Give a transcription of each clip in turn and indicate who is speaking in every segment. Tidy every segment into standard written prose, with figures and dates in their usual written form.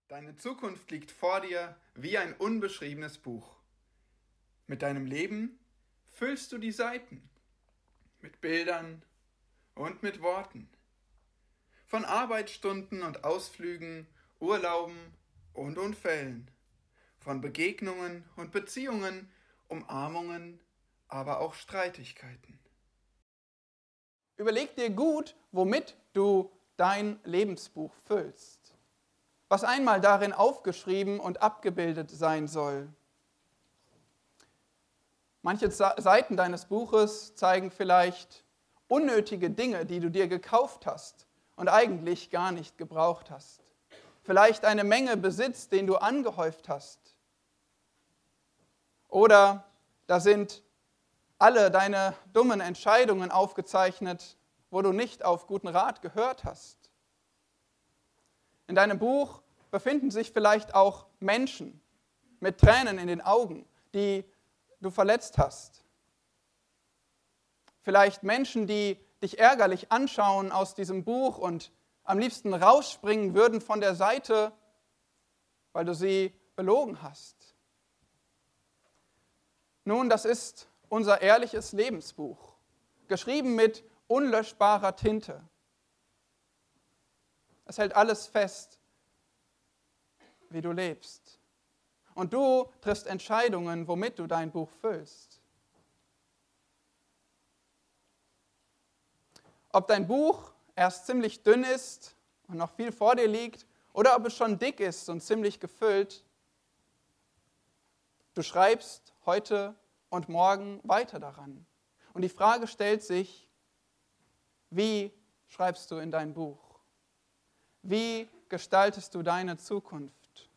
Speaker 1: Deine Zukunft liegt vor dir wie ein unbeschriebenes Buch. Mit deinem Leben füllst du die Seiten mit Bildern und mit Worten. Von Arbeitsstunden und Ausflügen, Urlauben und Unfällen. Von Begegnungen und Beziehungen, Umarmungen, aber auch Streitigkeiten.
Speaker 2: Überleg dir gut, womit du dein Lebensbuch füllst. Was einmal darin aufgeschrieben und abgebildet sein soll. Manche Seiten deines Buches zeigen vielleicht unnötige Dinge, die du dir gekauft hast und eigentlich gar nicht gebraucht hast. Vielleicht eine Menge Besitz, den du angehäuft hast. Oder da sind alle deine dummen Entscheidungen aufgezeichnet, wo du nicht auf guten Rat gehört hast. In deinem Buch befinden sich vielleicht auch Menschen mit Tränen in den Augen, die du verletzt hast. Vielleicht Menschen, die dich ärgerlich anschauen aus diesem Buch und am liebsten rausspringen würden von der Seite, weil du sie belogen hast. Nun, das ist unser ehrliches Lebensbuch, geschrieben mit unlöschbarer Tinte. Es hält alles fest, wie du lebst. Und du triffst Entscheidungen, womit du dein Buch füllst. Ob dein Buch erst ziemlich dünn ist und noch viel vor dir liegt, oder ob es schon dick ist und ziemlich gefüllt, du schreibst heute und morgen weiter daran. Und die Frage stellt sich, wie schreibst du in dein Buch? Wie gestaltest du deine Zukunft?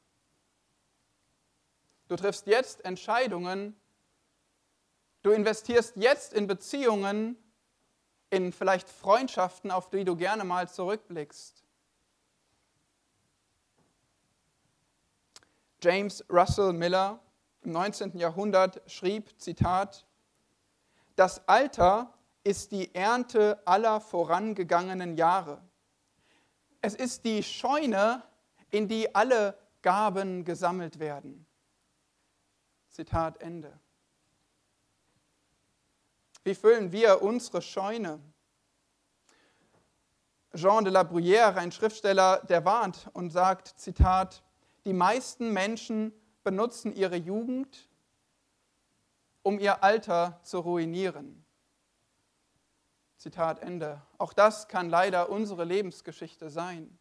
Speaker 2: Du triffst jetzt Entscheidungen, du investierst jetzt in Beziehungen, in vielleicht Freundschaften, auf die du gerne mal zurückblickst. James Russell Miller im 19. Jahrhundert schrieb, Zitat, das Alter ist die Ernte aller vorangegangenen Jahre. Es ist die Scheune, in die alle Gaben gesammelt werden. Zitat Ende. Wie füllen wir unsere Scheune? Jean de la Bruyère, ein Schriftsteller, der warnt und sagt, Zitat, die meisten Menschen benutzen ihre Jugend, um ihr Alter zu ruinieren. Zitat Ende. Auch das kann leider unsere Lebensgeschichte sein.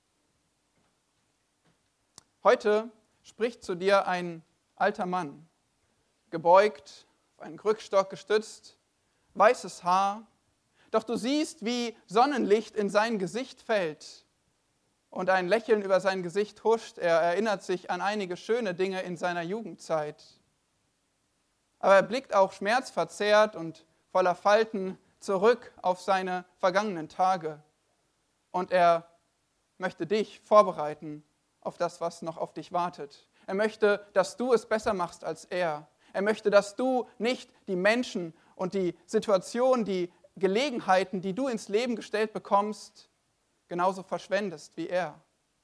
Speaker 2: Heute spricht zu dir ein alter Mann, gebeugt, auf einen Krückstock gestützt, weißes Haar, doch du siehst, wie Sonnenlicht in sein Gesicht fällt und ein Lächeln über sein Gesicht huscht. Er erinnert sich an einige schöne Dinge in seiner Jugendzeit. Aber er blickt auch schmerzverzerrt und voller Falten zurück auf seine vergangenen Tage. Und er möchte dich vorbereiten auf das, was noch auf dich wartet. Er möchte, dass du es besser machst als er. Er möchte, dass du nicht die Menschen und die Situationen, die Gelegenheiten, die du ins Leben gestellt bekommst, genauso verschwendest wie er.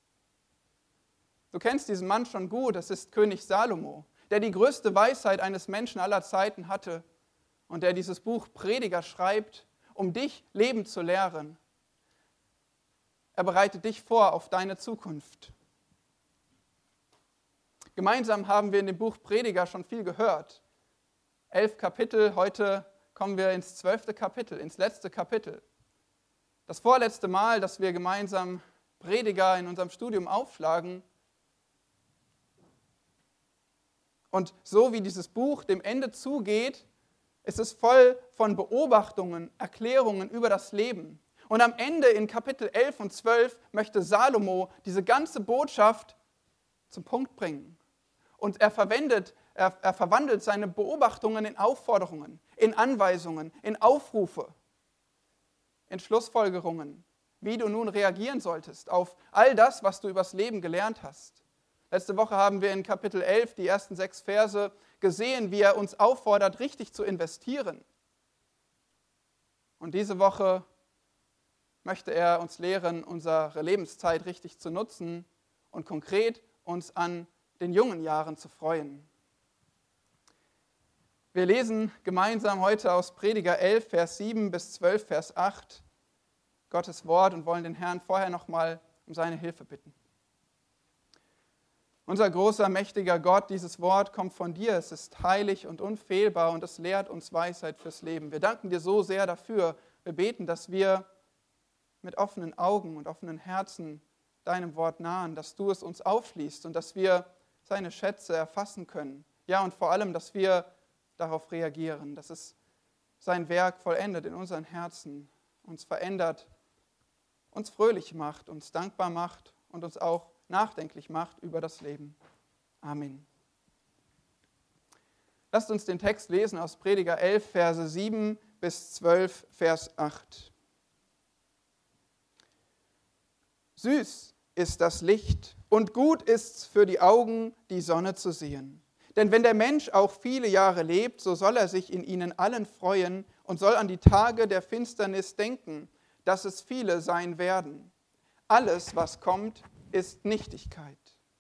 Speaker 2: Du kennst diesen Mann schon gut, es ist König Salomo, der die größte Weisheit eines Menschen aller Zeiten hatte und der dieses Buch Prediger schreibt, um dich leben zu lehren. Er bereitet dich vor auf deine Zukunft. Gemeinsam haben wir in dem Buch Prediger schon viel gehört. 11 Kapitel, heute kommen wir ins 12. Kapitel, ins letzte Kapitel. Das vorletzte Mal, dass wir gemeinsam Prediger in unserem Studium aufschlagen. Und so wie dieses Buch dem Ende zugeht, ist es voll von Beobachtungen, Erklärungen über das Leben. Und am Ende in Kapitel 11 und 12 möchte Salomo diese ganze Botschaft zum Punkt bringen. Und er verwandelt seine Beobachtungen in Aufforderungen, in Anweisungen, in Aufrufe, in Schlussfolgerungen, wie du nun reagieren solltest auf all das, was du übers Leben gelernt hast. Letzte Woche haben wir in Kapitel 11, die ersten 6 Verse, gesehen, wie er uns auffordert, richtig zu investieren. Und diese Woche möchte er uns lehren, unsere Lebenszeit richtig zu nutzen und konkret uns an den jungen Jahren zu freuen. Wir lesen gemeinsam heute aus Prediger 11, Vers 7 bis 12, Vers 8 Gottes Wort und wollen den Herrn vorher nochmal um seine Hilfe bitten. Unser großer, mächtiger Gott, dieses Wort kommt von dir. Es ist heilig und unfehlbar und es lehrt uns Weisheit fürs Leben. Wir danken dir so sehr dafür. Wir beten, dass wir mit offenen Augen und offenen Herzen deinem Wort nahen, dass du es uns aufschließt und dass wir seine Schätze erfassen können. Ja, und vor allem, dass wir darauf reagieren, dass es sein Werk vollendet in unseren Herzen, uns verändert, uns fröhlich macht, uns dankbar macht und uns auch nachdenklich macht über das Leben. Amen. Lasst uns den Text lesen aus Prediger 11, Verse 7 bis 12, Vers 8. Süß ist das Licht und gut ist's für die Augen, die Sonne zu sehen. Denn wenn der Mensch auch viele Jahre lebt, so soll er sich in ihnen allen freuen und soll an die Tage der Finsternis denken, dass es viele sein werden. Alles, was kommt, ist Nichtigkeit.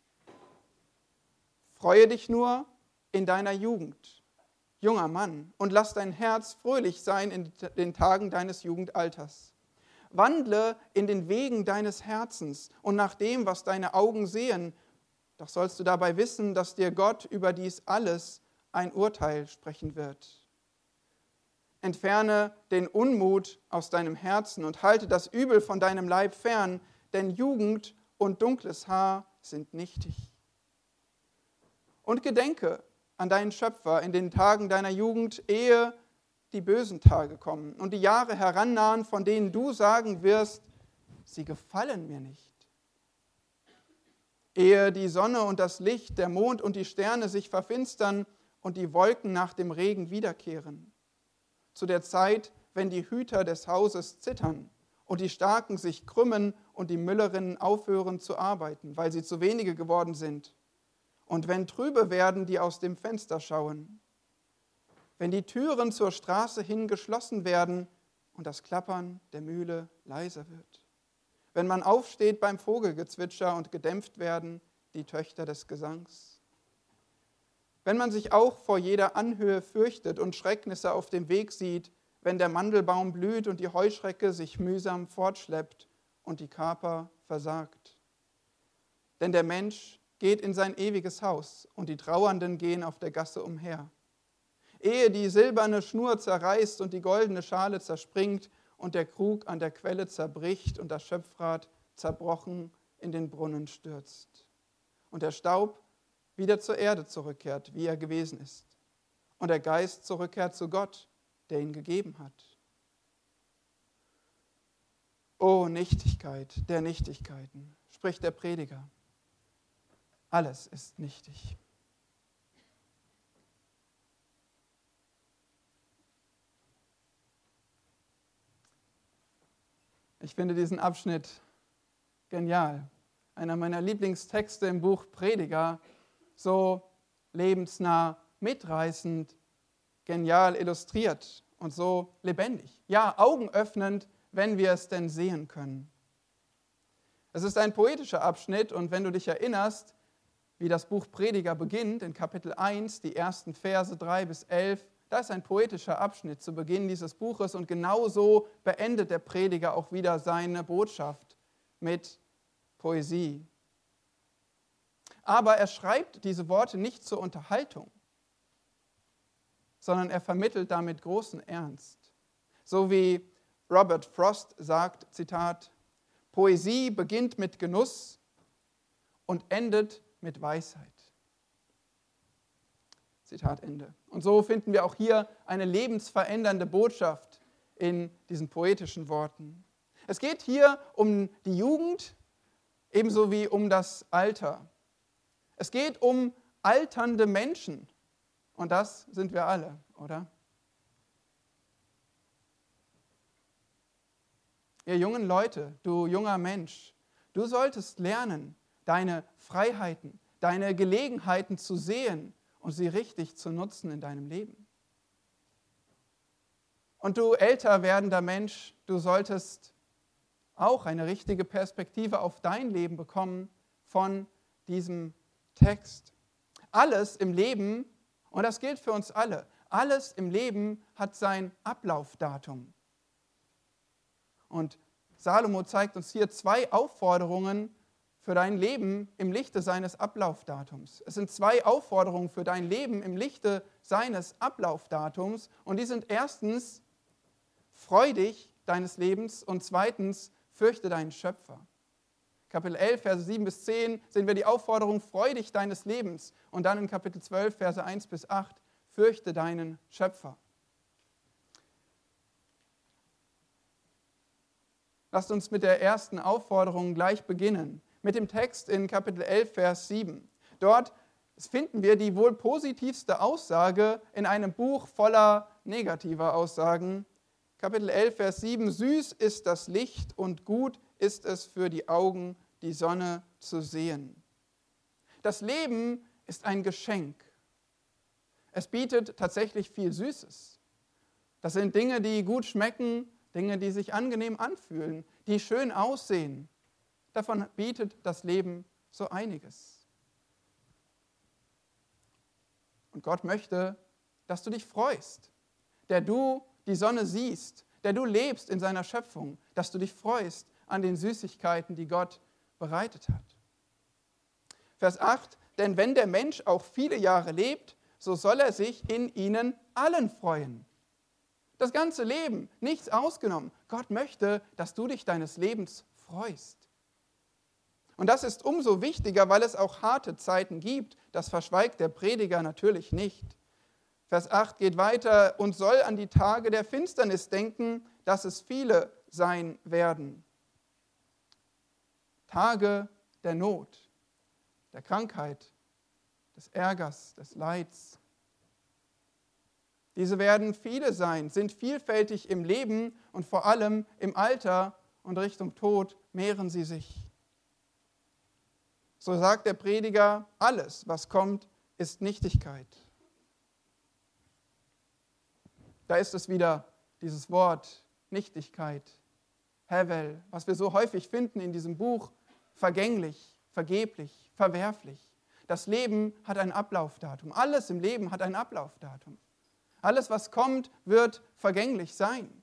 Speaker 2: Freue dich nur in deiner Jugend, junger Mann, und lass dein Herz fröhlich sein in den Tagen deines Jugendalters. Wandle in den Wegen deines Herzens und nach dem, was deine Augen sehen, doch sollst du dabei wissen, dass dir Gott über dies alles ein Urteil sprechen wird. Entferne den Unmut aus deinem Herzen und halte das Übel von deinem Leib fern, denn Jugend und dunkles Haar sind nichtig. Und gedenke an deinen Schöpfer in den Tagen deiner Jugend, ehe die bösen Tage kommen und die Jahre herannahen, von denen du sagen wirst, sie gefallen mir nicht. Ehe die Sonne und das Licht, der Mond und die Sterne sich verfinstern und die Wolken nach dem Regen wiederkehren. Zu der Zeit, wenn die Hüter des Hauses zittern und die Starken sich krümmen und die Müllerinnen aufhören zu arbeiten, weil sie zu wenige geworden sind. Und wenn trübe werden, die aus dem Fenster schauen. Wenn die Türen zur Straße hin geschlossen werden und das Klappern der Mühle leiser wird. Wenn man aufsteht beim Vogelgezwitscher und gedämpft werden die Töchter des Gesangs. Wenn man sich auch vor jeder Anhöhe fürchtet und Schrecknisse auf dem Weg sieht, wenn der Mandelbaum blüht und die Heuschrecke sich mühsam fortschleppt und die Kaper versagt. Denn der Mensch geht in sein ewiges Haus und die Trauernden gehen auf der Gasse umher. Ehe die silberne Schnur zerreißt und die goldene Schale zerspringt und der Krug an der Quelle zerbricht und das Schöpfrad zerbrochen in den Brunnen stürzt. Und der Staub wieder zur Erde zurückkehrt, wie er gewesen ist. Und der Geist zurückkehrt zu Gott, der ihn gegeben hat. O Nichtigkeit der Nichtigkeiten, spricht der Prediger. Alles ist nichtig. Ich finde diesen Abschnitt genial. Einer meiner Lieblingstexte im Buch Prediger, so lebensnah, mitreißend, genial illustriert und so lebendig. Ja, augenöffnend, wenn wir es denn sehen können. Es ist ein poetischer Abschnitt und wenn du dich erinnerst, wie das Buch Prediger beginnt, in Kapitel 1, die ersten Verse 3 bis 11, da ist ein poetischer Abschnitt zu Beginn dieses Buches und genauso beendet der Prediger auch wieder seine Botschaft mit Poesie. Aber er schreibt diese Worte nicht zur Unterhaltung, sondern er vermittelt damit großen Ernst. So wie Robert Frost sagt, Zitat, Poesie beginnt mit Genuss und endet mit Weisheit. Zitat Ende. Und so finden wir auch hier eine lebensverändernde Botschaft in diesen poetischen Worten. Es geht hier um die Jugend, ebenso wie um das Alter. Es geht um alternde Menschen. Und das sind wir alle, oder? Ihr jungen Leute, du junger Mensch, du solltest lernen, deine Freiheiten, deine Gelegenheiten zu sehen und sie richtig zu nutzen in deinem Leben. Und du älter werdender Mensch, du solltest auch eine richtige Perspektive auf dein Leben bekommen, von diesem Text. Alles im Leben, und das gilt für uns alle, alles im Leben hat sein Ablaufdatum. Und Salomo zeigt uns hier 2 Aufforderungen für dein Leben im Lichte seines Ablaufdatums. Es sind 2 Aufforderungen für dein Leben im Lichte seines Ablaufdatums. Und die sind erstens, freu dich deines Lebens und zweitens, fürchte deinen Schöpfer. Kapitel 11, Verse 7 bis 10 sehen wir die Aufforderung, freu dich deines Lebens. Und dann in Kapitel 12, Verse 1 bis 8, fürchte deinen Schöpfer. Lasst uns mit der ersten Aufforderung gleich beginnen, mit dem Text in Kapitel 11, Vers 7. Dort finden wir die wohl positivste Aussage in einem Buch voller negativer Aussagen. Kapitel 11, Vers 7, süß ist das Licht und gut ist es für die Augen, die Sonne zu sehen. Das Leben ist ein Geschenk. Es bietet tatsächlich viel Süßes. Das sind Dinge, die gut schmecken, Dinge, die sich angenehm anfühlen, die schön aussehen. Davon bietet das Leben so einiges. Und Gott möchte, dass du dich freust, der du die Sonne siehst, der du lebst in seiner Schöpfung, dass du dich freust an den Süßigkeiten, die Gott bereitet hat. Vers 8, denn wenn der Mensch auch viele Jahre lebt, so soll er sich in ihnen allen freuen. Das ganze Leben, nichts ausgenommen. Gott möchte, dass du dich deines Lebens freust. Und das ist umso wichtiger, weil es auch harte Zeiten gibt. Das verschweigt der Prediger natürlich nicht. Vers 8 geht weiter und soll an die Tage der Finsternis denken, dass es viele sein werden. Tage der Not, der Krankheit, des Ärgers, des Leids. Diese werden viele sein, sind vielfältig im Leben und vor allem im Alter und Richtung Tod mehren sie sich. So sagt der Prediger, alles, was kommt, ist Nichtigkeit. Da ist es wieder, dieses Wort Nichtigkeit, Hevel, was wir so häufig finden in diesem Buch, vergänglich, vergeblich, verwerflich. Das Leben hat ein Ablaufdatum. Alles im Leben hat ein Ablaufdatum. Alles, was kommt, wird vergänglich sein.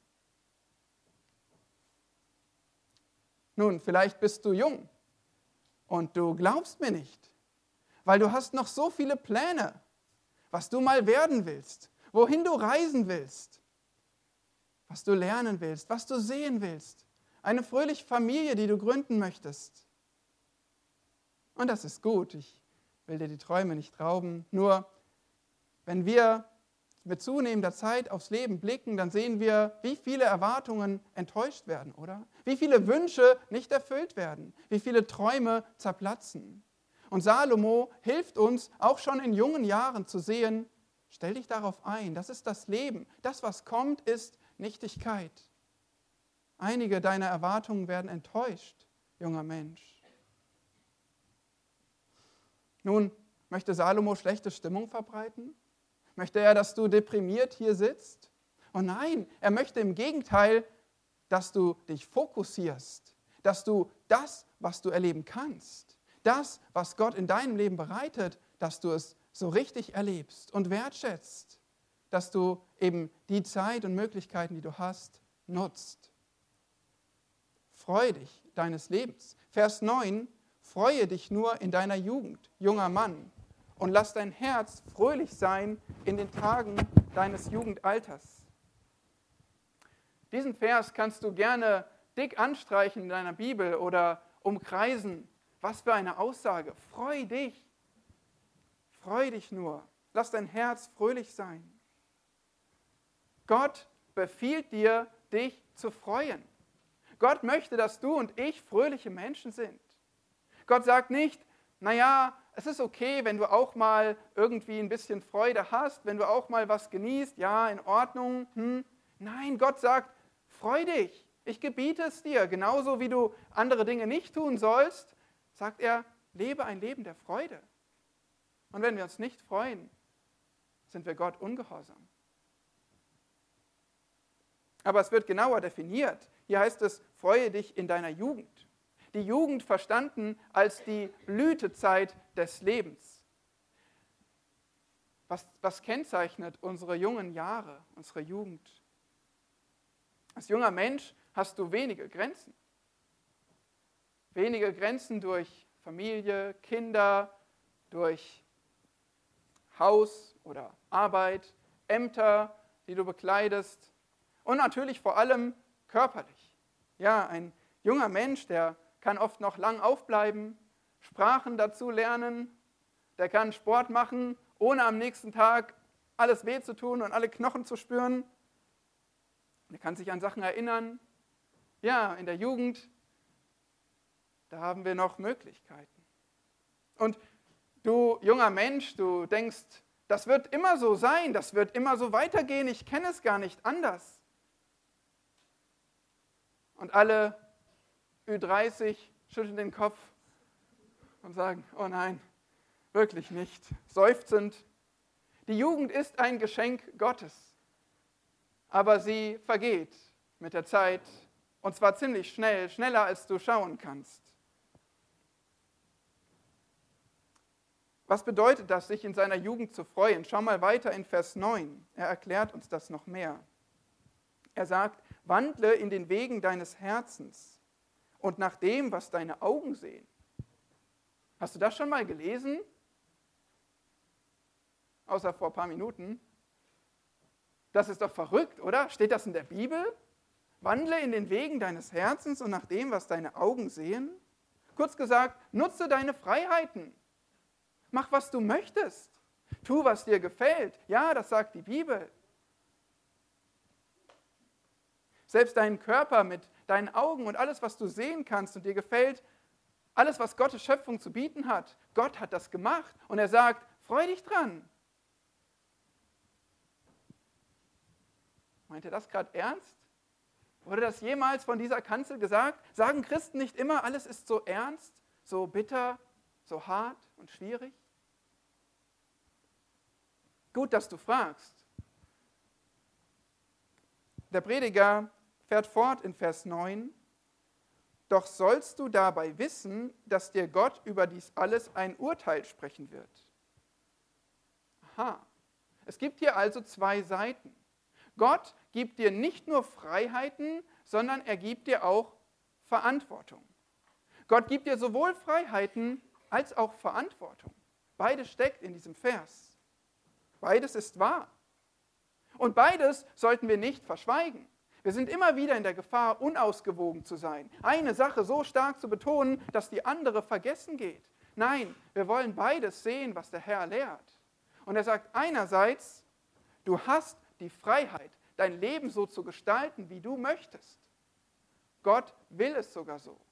Speaker 2: Nun, vielleicht bist du jung und du glaubst mir nicht, weil du hast noch so viele Pläne, was du mal werden willst, wohin du reisen willst, was du lernen willst, was du sehen willst, eine fröhliche Familie, die du gründen möchtest. Und das ist gut, ich will dir die Träume nicht rauben, nur wenn wir mit zunehmender Zeit aufs Leben blicken, dann sehen wir, wie viele Erwartungen enttäuscht werden, oder? Wie viele Wünsche nicht erfüllt werden, wie viele Träume zerplatzen. Und Salomo hilft uns auch schon in jungen Jahren zu sehen, stell dich darauf ein, das ist das Leben. Das, was kommt, ist Nichtigkeit. Einige deiner Erwartungen werden enttäuscht, junger Mensch. Nun, möchte Salomo schlechte Stimmung verbreiten? Möchte er, dass du deprimiert hier sitzt? Oh nein, er möchte im Gegenteil, dass du dich fokussierst, dass du das, was du erleben kannst, das, was Gott in deinem Leben bereitet, dass du es so richtig erlebst und wertschätzt, dass du eben die Zeit und Möglichkeiten, die du hast, nutzt. Freue dich deines Lebens. Vers 9, freue dich nur in deiner Jugend, junger Mann, und lass dein Herz fröhlich sein in den Tagen deines Jugendalters. Diesen Vers kannst du gerne dick anstreichen in deiner Bibel oder umkreisen. Was für eine Aussage. Freu dich nur. Lass dein Herz fröhlich sein. Gott befiehlt dir, dich zu freuen. Gott möchte, dass du und ich fröhliche Menschen sind. Gott sagt nicht, naja, es ist okay, wenn du auch mal irgendwie ein bisschen Freude hast, wenn du auch mal was genießt, ja, in Ordnung. Nein, Gott sagt, freu dich, ich gebiete es dir. Genauso wie du andere Dinge nicht tun sollst, sagt er, lebe ein Leben der Freude. Und wenn wir uns nicht freuen, sind wir Gott ungehorsam. Aber es wird genauer definiert. Hier heißt es, freue dich in deiner Jugend. die Jugend verstanden als die Blütezeit des Lebens. Was kennzeichnet unsere jungen Jahre, unsere Jugend? Als junger Mensch hast du wenige Grenzen. Wenige Grenzen durch Familie, Kinder, durch Haus oder Arbeit, Ämter, die du bekleidest und natürlich vor allem körperlich. Ja, ein junger Mensch, der kann oft noch lang aufbleiben, Sprachen dazu lernen, der kann Sport machen, ohne am nächsten Tag alles weh zu tun und alle Knochen zu spüren. Der kann sich an Sachen erinnern. Ja, in der Jugend, da haben wir noch Möglichkeiten. Und du junger Mensch, du denkst, das wird immer so sein, das wird immer so weitergehen, ich kenne es gar nicht anders. Und alle Ü30 schütteln den Kopf und sagen, oh nein, wirklich nicht, seufzend. Die Jugend ist ein Geschenk Gottes, aber sie vergeht mit der Zeit und zwar ziemlich schnell, schneller als du schauen kannst. Was bedeutet das, sich in seiner Jugend zu freuen? Schau mal weiter in Vers 9. Er erklärt uns das noch mehr. Er sagt, wandle in den Wegen deines Herzens und nach dem, was deine Augen sehen. Hast du das schon mal gelesen? Außer vor ein paar Minuten. Das ist doch verrückt, oder? Steht das in der Bibel? Wandle in den Wegen deines Herzens und nach dem, was deine Augen sehen. Kurz gesagt, nutze deine Freiheiten. Mach, was du möchtest. Tu, was dir gefällt. Ja, das sagt die Bibel. Selbst deinen Körper mit deinen Augen und alles, was du sehen kannst und dir gefällt, alles, was Gottes Schöpfung zu bieten hat. Gott hat das gemacht und er sagt, freu dich dran. Meint er das gerade ernst? Wurde das jemals von dieser Kanzel gesagt? Sagen Christen nicht immer, alles ist so ernst, so bitter, so hart und schwierig? Gut, dass du fragst. Der Prediger fährt fort in Vers 9. Doch sollst du dabei wissen, dass dir Gott über dies alles ein Urteil sprechen wird. Aha, es gibt hier also zwei Seiten. Gott gibt dir nicht nur Freiheiten, sondern er gibt dir auch Verantwortung. Gott gibt dir sowohl Freiheiten als auch Verantwortung. Beides steckt in diesem Vers. Beides ist wahr. Und beides sollten wir nicht verschweigen. Wir sind immer wieder in der Gefahr, unausgewogen zu sein. Eine Sache so stark zu betonen, dass die andere vergessen geht. Nein, wir wollen beides sehen, was der Herr lehrt. Und er sagt einerseits, du hast die Freiheit, dein Leben so zu gestalten, wie du möchtest. Gott will es sogar so.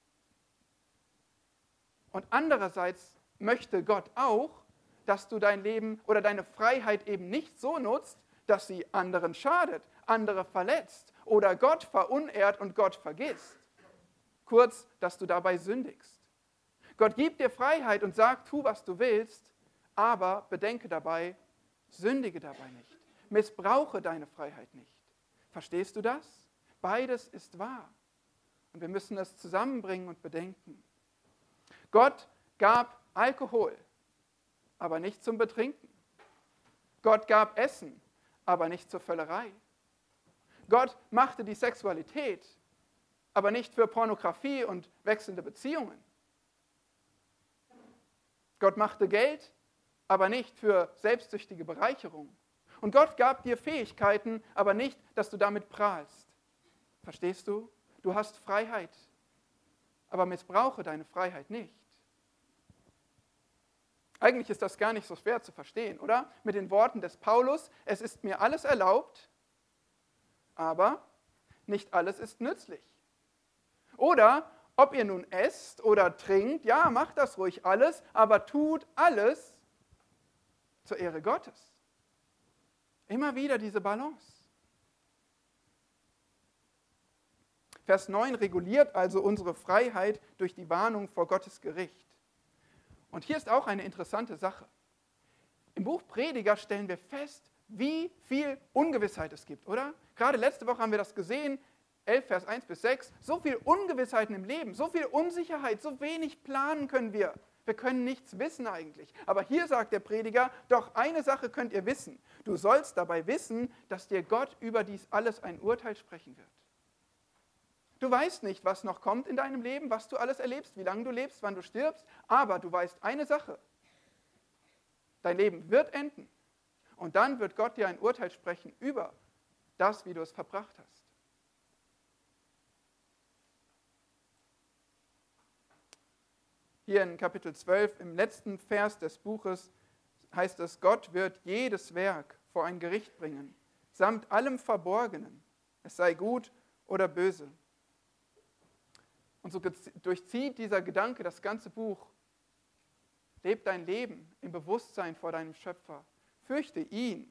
Speaker 2: Und andererseits möchte Gott auch, dass du dein Leben oder deine Freiheit eben nicht so nutzt, dass sie anderen schadet, andere verletzt oder Gott verunehrt und Gott vergisst. Kurz, dass du dabei sündigst. Gott gibt dir Freiheit und sagt, tu, was du willst, aber bedenke dabei, sündige dabei nicht. Missbrauche deine Freiheit nicht. Verstehst du das? Beides ist wahr. Und wir müssen es zusammenbringen und bedenken. Gott gab Alkohol, aber nicht zum Betrinken. Gott gab Essen, aber nicht zur Völlerei. Gott machte die Sexualität, aber nicht für Pornografie und wechselnde Beziehungen. Gott machte Geld, aber nicht für selbstsüchtige Bereicherung. Und Gott gab dir Fähigkeiten, aber nicht, dass du damit prahlst. Verstehst du? Du hast Freiheit, aber missbrauche deine Freiheit nicht. Eigentlich ist das gar nicht so schwer zu verstehen, oder? Mit den Worten des Paulus, es ist mir alles erlaubt, aber nicht alles ist nützlich. Oder, ob ihr nun esst oder trinkt, ja, macht das ruhig alles, aber tut alles zur Ehre Gottes. Immer wieder diese Balance. Vers 9 reguliert also unsere Freiheit durch die Warnung vor Gottes Gericht. Und hier ist auch eine interessante Sache. Im Buch Prediger stellen wir fest, wie viel Ungewissheit es gibt, oder? Gerade letzte Woche haben wir das gesehen. 11, Vers 1 bis 6, so viel Ungewissheiten im Leben, so viel Unsicherheit, so wenig planen können wir. Wir können nichts wissen eigentlich. Aber hier sagt der Prediger, doch eine Sache könnt ihr wissen. Du sollst dabei wissen, dass dir Gott über dies alles ein Urteil sprechen wird. Du weißt nicht, was noch kommt in deinem Leben, was du alles erlebst, wie lange du lebst, wann du stirbst, aber du weißt eine Sache. Dein Leben wird enden. Und dann wird Gott dir ein Urteil sprechen über das, wie du es verbracht hast. Hier in Kapitel 12, im letzten Vers des Buches, heißt es, Gott wird jedes Werk vor ein Gericht bringen, samt allem Verborgenen, es sei gut oder böse. Und so durchzieht dieser Gedanke das ganze Buch. Leb dein Leben im Bewusstsein vor deinem Schöpfer. Fürchte ihn.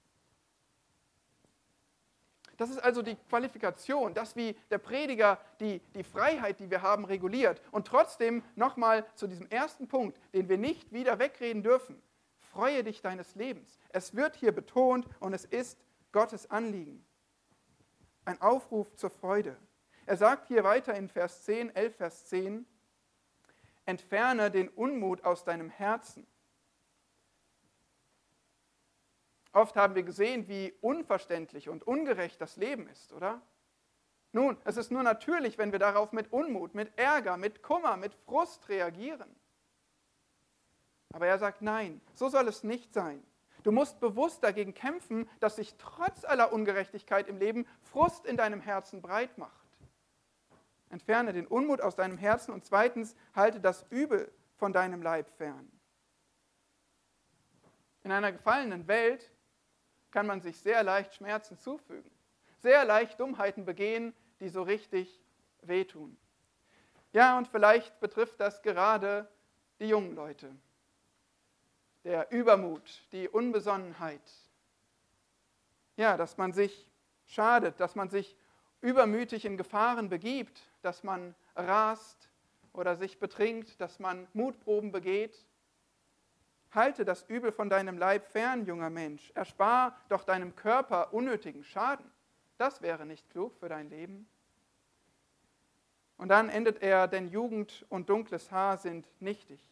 Speaker 2: Das ist also die Qualifikation, das wie der Prediger die Freiheit, die wir haben, reguliert. Und trotzdem nochmal zu diesem ersten Punkt, den wir nicht wieder wegreden dürfen. Freue dich deines Lebens. Es wird hier betont und es ist Gottes Anliegen. Ein Aufruf zur Freude. Er sagt hier weiter in Vers 10, 11 Vers 10, entferne den Unmut aus deinem Herzen. Oft haben wir gesehen, wie unverständlich und ungerecht das Leben ist, oder? Nun, es ist nur natürlich, wenn wir darauf mit Unmut, mit Ärger, mit Kummer, mit Frust reagieren. Aber er sagt, nein, so soll es nicht sein. Du musst bewusst dagegen kämpfen, dass sich trotz aller Ungerechtigkeit im Leben Frust in deinem Herzen breit macht. Entferne den Unmut aus deinem Herzen und zweitens, halte das Übel von deinem Leib fern. In einer gefallenen Welt kann man sich sehr leicht Schmerzen zufügen, sehr leicht Dummheiten begehen, die so richtig wehtun. Ja, und vielleicht betrifft das gerade die jungen Leute. Der Übermut, die Unbesonnenheit. Ja, dass man sich schadet, dass man sich übermütig in Gefahren begibt, dass man rast oder sich betrinkt, dass man Mutproben begeht. Halte das Übel von deinem Leib fern, junger Mensch. Erspar doch deinem Körper unnötigen Schaden. Das wäre nicht klug für dein Leben. Und dann endet er, denn Jugend und dunkles Haar sind nichtig.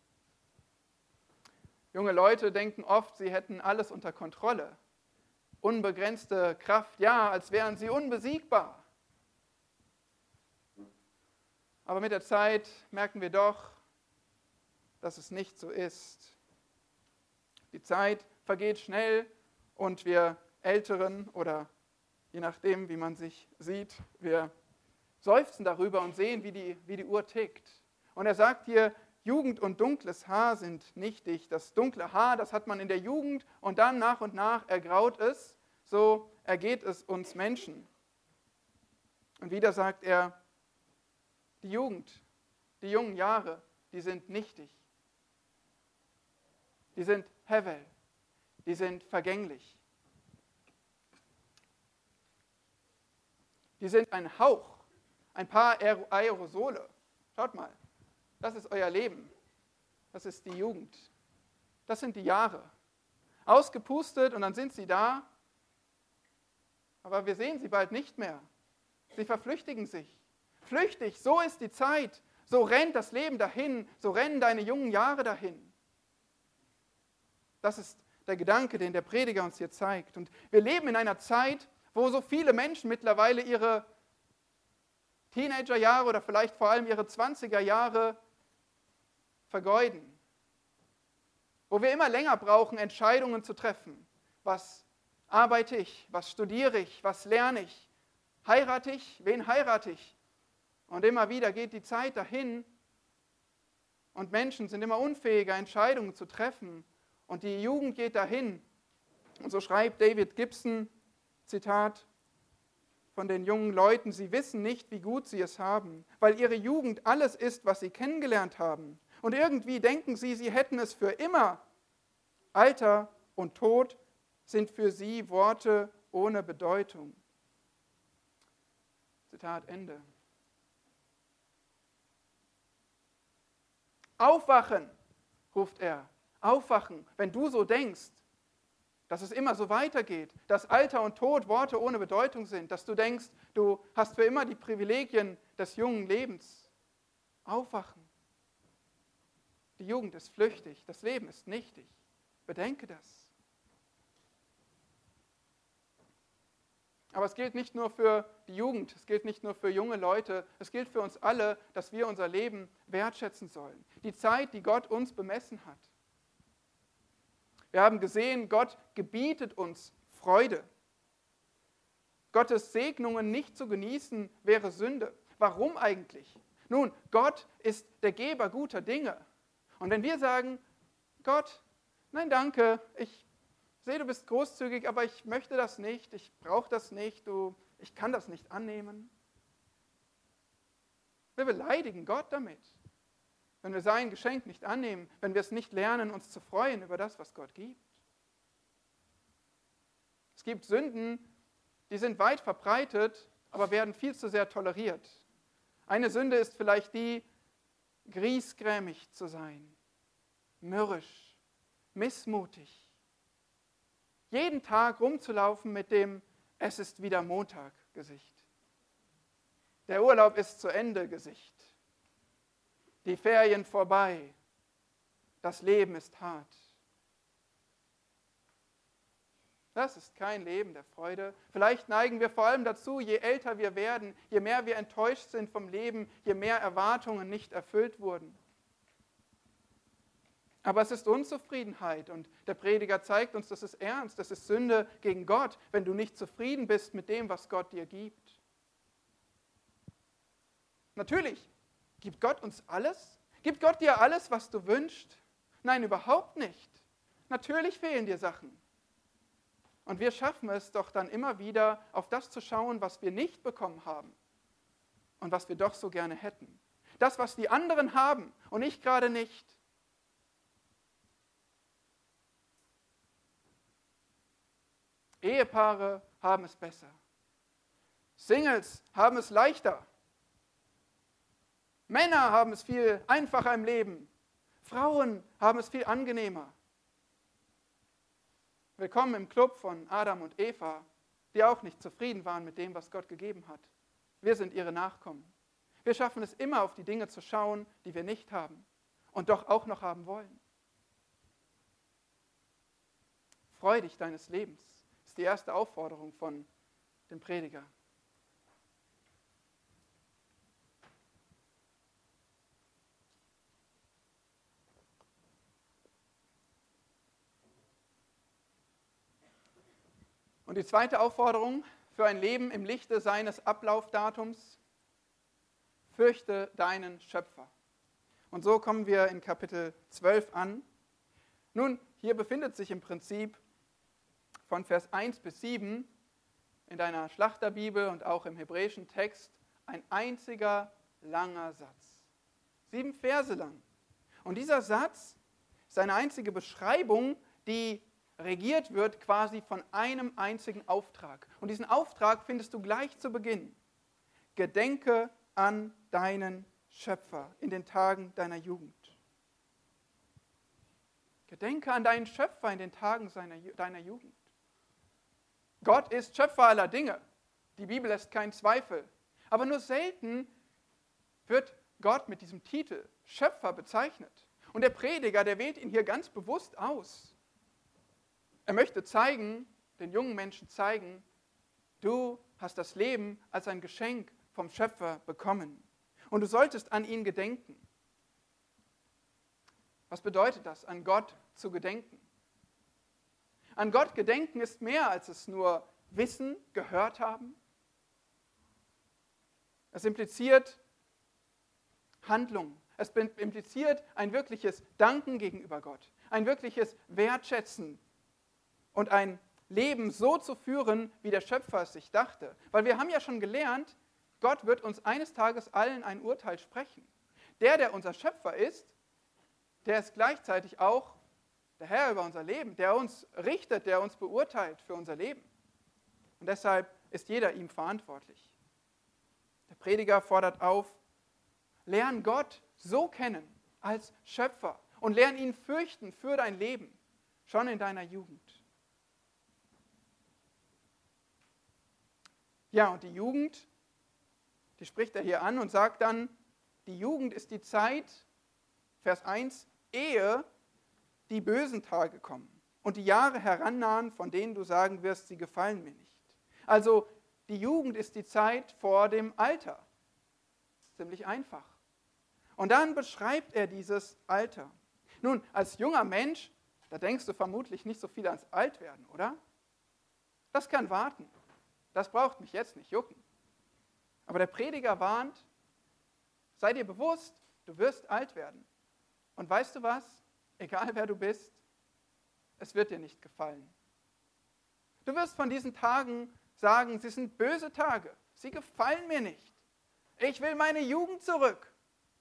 Speaker 2: Junge Leute denken oft, sie hätten alles unter Kontrolle. Unbegrenzte Kraft, ja, als wären sie unbesiegbar. Aber mit der Zeit merken wir doch, dass es nicht so ist. Die Zeit vergeht schnell und wir Älteren oder je nachdem, wie man sich sieht, wir seufzen darüber und sehen, wie die Uhr tickt. Und er sagt hier, Jugend und dunkles Haar sind nichtig. Das dunkle Haar, das hat man in der Jugend und dann nach und nach ergraut es, so ergeht es uns Menschen. Und wieder sagt er, die Jugend, die jungen Jahre, die sind nichtig. Die sind Hevel, die sind vergänglich. Die sind ein Hauch, ein paar Aerosole. Schaut mal, das ist euer Leben. Das ist die Jugend. Das sind die Jahre. Ausgepustet und dann sind sie da, aber wir sehen sie bald nicht mehr. Sie verflüchtigen sich. Flüchtig, so ist die Zeit. So rennt das Leben dahin, so rennen deine jungen Jahre dahin. Das ist der Gedanke, den der Prediger uns hier zeigt. Und wir leben in einer Zeit, wo so viele Menschen mittlerweile ihre Teenagerjahre oder vielleicht vor allem ihre 20er Jahre vergeuden. Wo wir immer länger brauchen, Entscheidungen zu treffen. Was arbeite ich? Was studiere ich? Was lerne ich? Heirate ich? Wen heirate ich? Und immer wieder geht die Zeit dahin und Menschen sind immer unfähiger, Entscheidungen zu treffen. Und die Jugend geht dahin. Und so schreibt David Gibson, Zitat, von den jungen Leuten, sie wissen nicht, wie gut sie es haben, weil ihre Jugend alles ist, was sie kennengelernt haben. Und irgendwie denken sie, sie hätten es für immer. Alter und Tod sind für sie Worte ohne Bedeutung. Zitat Ende. Aufwachen, ruft er. Aufwachen, wenn du so denkst. dass es immer so weitergeht, dass Alter und Tod Worte ohne Bedeutung sind, dass du denkst, du hast für immer die Privilegien des jungen Lebens. Aufwachen. Die Jugend ist flüchtig, das Leben ist nichtig. Bedenke das. Aber es gilt nicht nur für die Jugend, es gilt nicht nur für junge Leute, es gilt für uns alle, dass wir unser Leben wertschätzen sollen. Die Zeit, die Gott uns bemessen hat. Wir haben gesehen, Gott gebietet uns Freude. Gottes Segnungen nicht zu genießen, wäre Sünde. Warum eigentlich? Nun, Gott ist der Geber guter Dinge. Und wenn wir sagen, Gott, nein, danke, ich sehe, du bist großzügig, aber ich möchte das nicht, ich brauche das nicht, ich kann das nicht annehmen. Wir beleidigen Gott damit. Wenn wir sein Geschenk nicht annehmen, wenn wir es nicht lernen, uns zu freuen über das, was Gott gibt. Es gibt Sünden, die sind weit verbreitet, aber werden viel zu sehr toleriert. Eine Sünde ist vielleicht die, griesgrämig zu sein, mürrisch, missmutig. Jeden Tag rumzulaufen mit dem "Es ist wieder Montag" Gesicht. Der Urlaub ist zu Ende Gesicht. Die Ferien vorbei. Das Leben ist hart. Das ist kein Leben der Freude. Vielleicht neigen wir vor allem dazu, je älter wir werden, je mehr wir enttäuscht sind vom Leben, je mehr Erwartungen nicht erfüllt wurden. Aber es ist Unzufriedenheit und der Prediger zeigt uns, das ist ernst, das ist Sünde gegen Gott, wenn du nicht zufrieden bist mit dem, was Gott dir gibt. Natürlich, gibt Gott uns alles? Gibt Gott dir alles, was du wünschst? Nein, überhaupt nicht. Natürlich fehlen dir Sachen. Und wir schaffen es doch dann immer wieder, auf das zu schauen, was wir nicht bekommen haben und was wir doch so gerne hätten. Das, was die anderen haben und ich gerade nicht. Ehepaare haben es besser. Singles haben es leichter. Männer haben es viel einfacher im Leben. Frauen haben es viel angenehmer. Willkommen im Club von Adam und Eva, die auch nicht zufrieden waren mit dem, was Gott gegeben hat. Wir sind ihre Nachkommen. Wir schaffen es immer, auf die Dinge zu schauen, die wir nicht haben und doch auch noch haben wollen. Freu dich deines Lebens, ist die erste Aufforderung von dem Prediger. Und die zweite Aufforderung für ein Leben im Lichte seines Ablaufdatums: Fürchte deinen Schöpfer. Und so kommen wir in Kapitel 12 an. Nun, hier befindet sich im Prinzip von Vers 1 bis 7 in deiner Schlachterbibel und auch im hebräischen Text ein einziger langer Satz. 7 Verse lang. Und dieser Satz ist eine einzige Beschreibung, die regiert wird quasi von einem einzigen Auftrag. Und diesen Auftrag findest du gleich zu Beginn. Gedenke an deinen Schöpfer in den Tagen deiner Jugend. Gedenke an deinen Schöpfer in den Tagen deiner Jugend. Gott ist Schöpfer aller Dinge. Die Bibel lässt keinen Zweifel. Aber nur selten wird Gott mit diesem Titel Schöpfer bezeichnet. Und der Prediger, der wählt ihn hier ganz bewusst aus. Er möchte zeigen, den jungen Menschen zeigen, du hast das Leben als ein Geschenk vom Schöpfer bekommen. Und du solltest an ihn gedenken. Was bedeutet das, an Gott zu gedenken? An Gott gedenken ist mehr, als es nur wissen, gehört haben. Es impliziert Handlung. Es impliziert ein wirkliches Danken gegenüber Gott, ein wirkliches Wertschätzen und ein Leben so zu führen, wie der Schöpfer es sich dachte. Weil wir haben ja schon gelernt, Gott wird uns eines Tages allen ein Urteil sprechen. Der unser Schöpfer ist, der ist gleichzeitig auch der Herr über unser Leben, der uns richtet, der uns beurteilt für unser Leben. Und deshalb ist jeder ihm verantwortlich. Der Prediger fordert auf, lern Gott so kennen als Schöpfer und lern ihn fürchten für dein Leben, schon in deiner Jugend. Ja, und die Jugend, die spricht er hier an und sagt dann, die Jugend ist die Zeit, Vers 1, ehe die bösen Tage kommen und die Jahre herannahen, von denen du sagen wirst, sie gefallen mir nicht. Also die Jugend ist die Zeit vor dem Alter. Ziemlich einfach. Und dann beschreibt er dieses Alter. Nun, als junger Mensch, da denkst du vermutlich nicht so viel ans Altwerden, oder? Das kann warten. Das braucht mich jetzt nicht jucken. Aber der Prediger warnt, sei dir bewusst, du wirst alt werden. Und weißt du was? Egal wer du bist, es wird dir nicht gefallen. Du wirst von diesen Tagen sagen, sie sind böse Tage, sie gefallen mir nicht. Ich will meine Jugend zurück.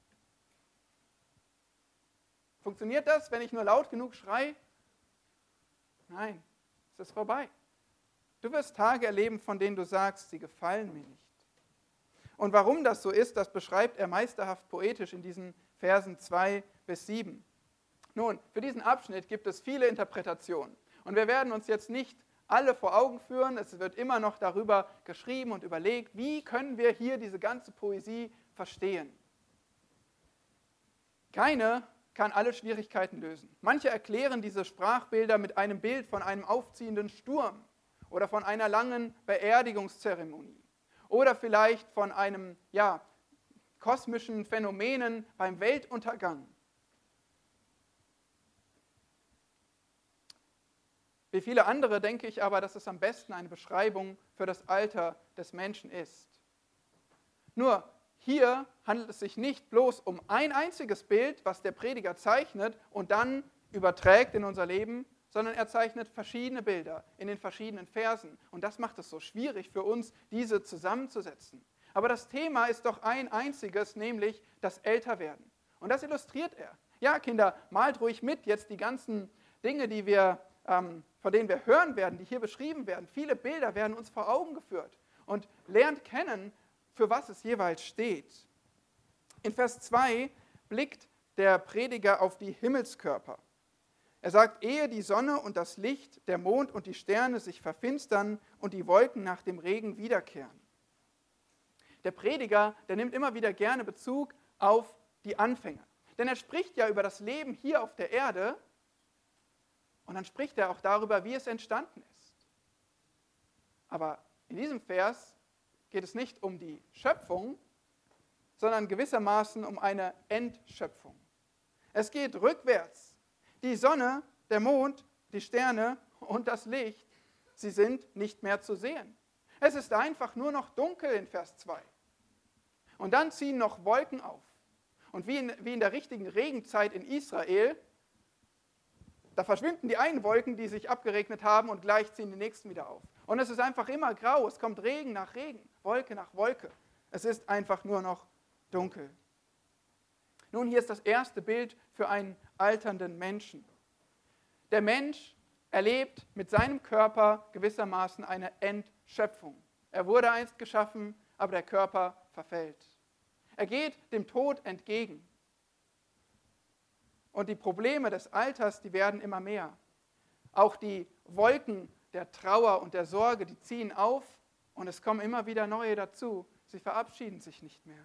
Speaker 2: Funktioniert das, wenn ich nur laut genug schreie? Nein, es ist vorbei. Du wirst Tage erleben, von denen du sagst, sie gefallen mir nicht. Und warum das so ist, das beschreibt er meisterhaft poetisch in diesen Versen 2 bis 7. Nun, für diesen Abschnitt gibt es viele Interpretationen. Und wir werden uns jetzt nicht alle vor Augen führen. Es wird immer noch darüber geschrieben und überlegt, wie können wir hier diese ganze Poesie verstehen. Keine kann alle Schwierigkeiten lösen. Manche erklären diese Sprachbilder mit einem Bild von einem aufziehenden Sturm oder von einer langen Beerdigungszeremonie oder vielleicht von einem kosmischen Phänomenen beim Weltuntergang. Wie viele andere denke ich aber, dass es am besten eine Beschreibung für das Alter des Menschen ist. Nur hier handelt es sich nicht bloß um ein einziges Bild, was der Prediger zeichnet und dann überträgt in unser Leben, sondern er zeichnet verschiedene Bilder in den verschiedenen Versen. Und das macht es so schwierig für uns, diese zusammenzusetzen. Aber das Thema ist doch ein einziges, nämlich das Älterwerden. Und das illustriert er. Ja, Kinder, malt ruhig mit jetzt die ganzen Dinge, von denen wir hören werden, die hier beschrieben werden. Viele Bilder werden uns vor Augen geführt und lernt kennen, für was es jeweils steht. In Vers 2 blickt der Prediger auf die Himmelskörper. Er sagt, ehe die Sonne und das Licht, der Mond und die Sterne sich verfinstern und die Wolken nach dem Regen wiederkehren. Der Prediger, der nimmt immer wieder gerne Bezug auf die Anfänge. Denn er spricht ja über das Leben hier auf der Erde und dann spricht er auch darüber, wie es entstanden ist. Aber in diesem Vers geht es nicht um die Schöpfung, sondern gewissermaßen um eine Entschöpfung. Es geht rückwärts. Die Sonne, der Mond, die Sterne und das Licht, sie sind nicht mehr zu sehen. Es ist einfach nur noch dunkel in Vers 2. Und dann ziehen noch Wolken auf. Und wie in der richtigen Regenzeit in Israel, da verschwinden die einen Wolken, die sich abgeregnet haben, und gleich ziehen die nächsten wieder auf. Und es ist einfach immer grau, es kommt Regen nach Regen, Wolke nach Wolke. Es ist einfach nur noch dunkel. Nun, hier ist das erste Bild für einen alternden Menschen. Der Mensch erlebt mit seinem Körper gewissermaßen eine Entschöpfung. Er wurde einst geschaffen, aber der Körper verfällt. Er geht dem Tod entgegen. Und die Probleme des Alters, die werden immer mehr. Auch die Wolken der Trauer und der Sorge, die ziehen auf und es kommen immer wieder neue dazu. Sie verabschieden sich nicht mehr.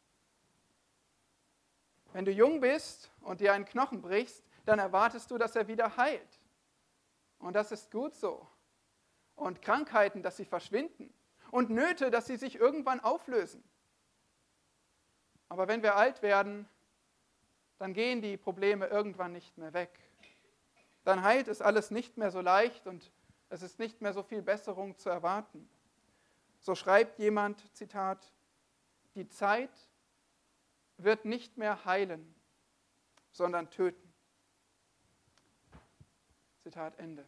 Speaker 2: Wenn du jung bist und dir einen Knochen brichst, dann erwartest du, dass er wieder heilt. Und das ist gut so. Und Krankheiten, dass sie verschwinden. Und Nöte, dass sie sich irgendwann auflösen. Aber wenn wir alt werden, dann gehen die Probleme irgendwann nicht mehr weg. Dann heilt es alles nicht mehr so leicht und es ist nicht mehr so viel Besserung zu erwarten. So schreibt jemand, Zitat, die Zeit wird nicht mehr heilen, sondern töten. Zitat Ende.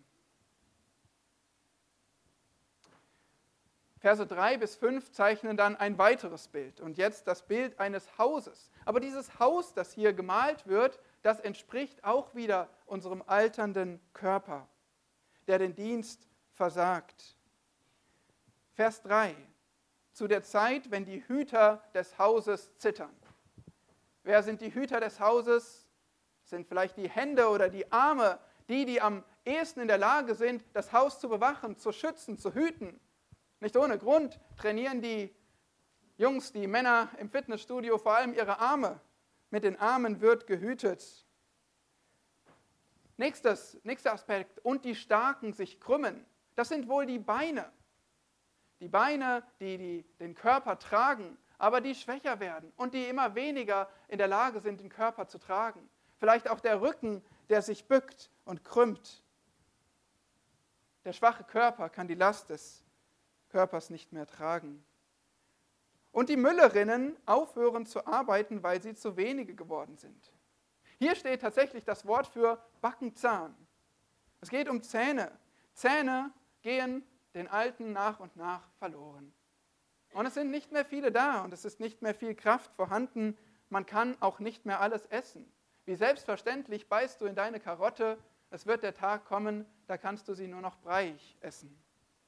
Speaker 2: Verse 3 bis 5 zeichnen dann ein weiteres Bild. Und jetzt das Bild eines Hauses. Aber dieses Haus, das hier gemalt wird, das entspricht auch wieder unserem alternden Körper, der den Dienst versagt. Vers 3. Zu der Zeit, wenn die Hüter des Hauses zittern. Wer sind die Hüter des Hauses? Das sind vielleicht die Hände oder die Arme, die am ehesten in der Lage sind, das Haus zu bewachen, zu schützen, zu hüten. Nicht ohne Grund trainieren die Jungs, die Männer im Fitnessstudio vor allem ihre Arme. Mit den Armen wird gehütet. Nächster Aspekt, und die Starken sich krümmen. Das sind wohl die Beine. Die Beine, die den Körper tragen, aber die schwächer werden und die immer weniger in der Lage sind, den Körper zu tragen. Vielleicht auch der Rücken, der sich bückt und krümmt. Der schwache Körper kann die Last des Körpers nicht mehr tragen. Und die Müllerinnen aufhören zu arbeiten, weil sie zu wenige geworden sind. Hier steht tatsächlich das Wort für Backenzahn. Es geht um Zähne. Zähne gehen den Alten nach und nach verloren. Und es sind nicht mehr viele da und es ist nicht mehr viel Kraft vorhanden. Man kann auch nicht mehr alles essen. Wie selbstverständlich beißt du in deine Karotte, es wird der Tag kommen, da kannst du sie nur noch breiig essen.